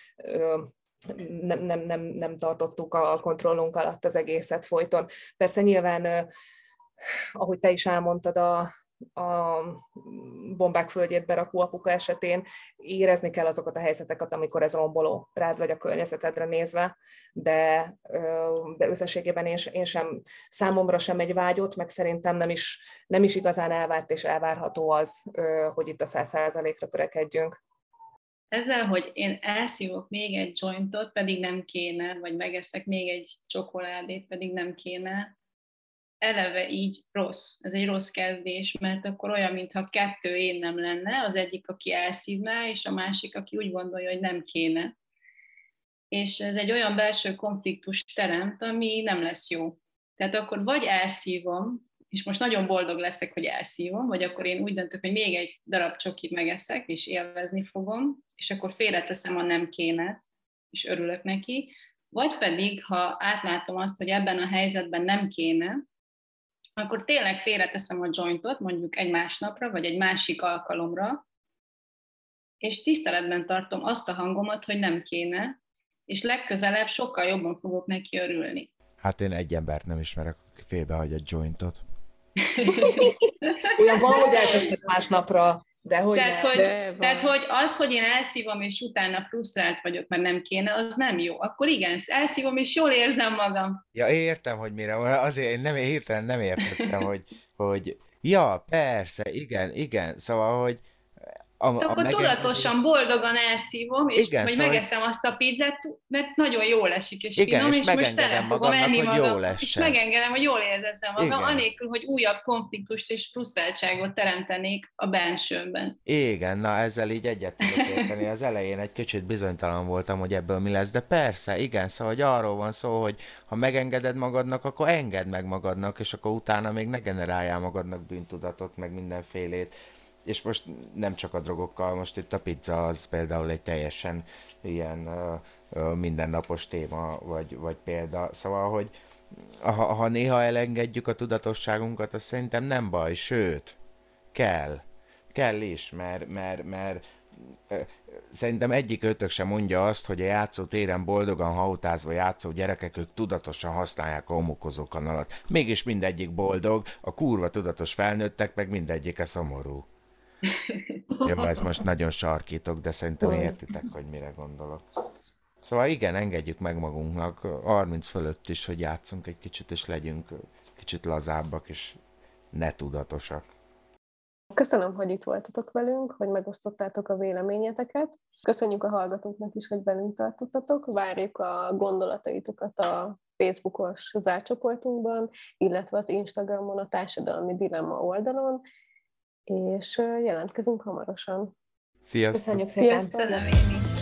nem tartottuk a kontrollunk alatt az egészet folyton. Persze nyilván, ahogy te is elmondtad, a bombák földjét berakó apuka esetén érezni kell azokat a helyzeteket, amikor ez romboló rád vagy a környezetedre nézve, de összességében én sem, számomra sem egy vágyott, meg szerintem nem is igazán elvárt és elvárható az, hogy itt a 100%-ra törekedjünk. Ezzel, hogy én elszívok még egy jointot, pedig nem kéne, vagy megeszek még egy csokoládét, pedig nem kéne, eleve így rossz. Ez egy rossz kezdés, mert akkor olyan, mintha 2 én nem lenne, az egyik, aki elszívná, és a másik, aki úgy gondolja, hogy nem kéne. És ez egy olyan belső konfliktus teremt, ami nem lesz jó. Tehát akkor vagy elszívom, és most nagyon boldog leszek, hogy elszívom, vagy akkor én úgy döntök, hogy még egy darab csokit megeszek, és élvezni fogom, és akkor félreteszem a nem kénet, és örülök neki, vagy pedig, ha átlátom azt, hogy ebben a helyzetben nem kéne, akkor tényleg félreteszem a jointot, mondjuk egy másnapra, vagy egy másik alkalomra, és tiszteletben tartom azt a hangomat, hogy nem kéne, és legközelebb sokkal jobban fogok neki örülni. Hát én egy embert nem ismerek, aki félbehagy a jointot. Olyan van, hogy elkezdtek másnapra, de hogy tehát, hogy az, hogy én elszívom, és utána frusztrált vagyok, mert nem kéne, az nem jó. Akkor igen, elszívom, és jól érzem magam. Ja, értem, hogy mire. Azért én nem értettem, hogy ja, persze, igen. Szóval, hogy akkor tudatosan, boldogan elszívom, és igen, vagy szóval megeszem azt a pizzát, mert nagyon jól esik, és igen, finom, és most el fogom enni magam, és megengedem, hogy jól érezzem magam, anélkül, hogy újabb konfliktust és frusztráltságot teremtenék a bensőmben. Igen, na ezzel így egyet tudok érteni. Az elején egy kicsit bizonytalan voltam, hogy ebből mi lesz, de persze, igen, szóval hogy arról van szó, hogy ha megengeded magadnak, akkor engedd meg magadnak, és akkor utána még ne generáljál magadnak bűntudatot, meg mindenfélét. és most nem csak a drogokkal, most itt a pizza az például egy teljesen ilyen mindennapos téma, vagy példa. Szóval, hogy ha néha elengedjük a tudatosságunkat, az szerintem nem baj, sőt, kell is, mert szerintem egyik ötök sem mondja azt, hogy a játszótéren boldogan hautázva játszó gyerekek, ők tudatosan használják a homokozó kanalat. Mégis mindegyik boldog, a kurva tudatos felnőttek meg mindegyike szomorú. Jó, ez most nagyon sarkítok, de szerintem értitek, hogy mire gondolok. Szóval igen, engedjük meg magunknak 30 fölött is, hogy játszunk egy kicsit, és legyünk kicsit lazábbak, és ne tudatosak. Köszönöm, hogy itt voltatok velünk, hogy megosztottátok a véleményeteket. Köszönjük a hallgatóknak is, hogy velünk tartottatok. Várjuk a gondolataitokat a Facebookos zárcsoportunkban, illetve az Instagramon, a Társadalmi Dilemma oldalon, és jelentkezünk hamarosan. Sziasztok! Köszönjük szépen! Sziasztok! Köszönöm én is.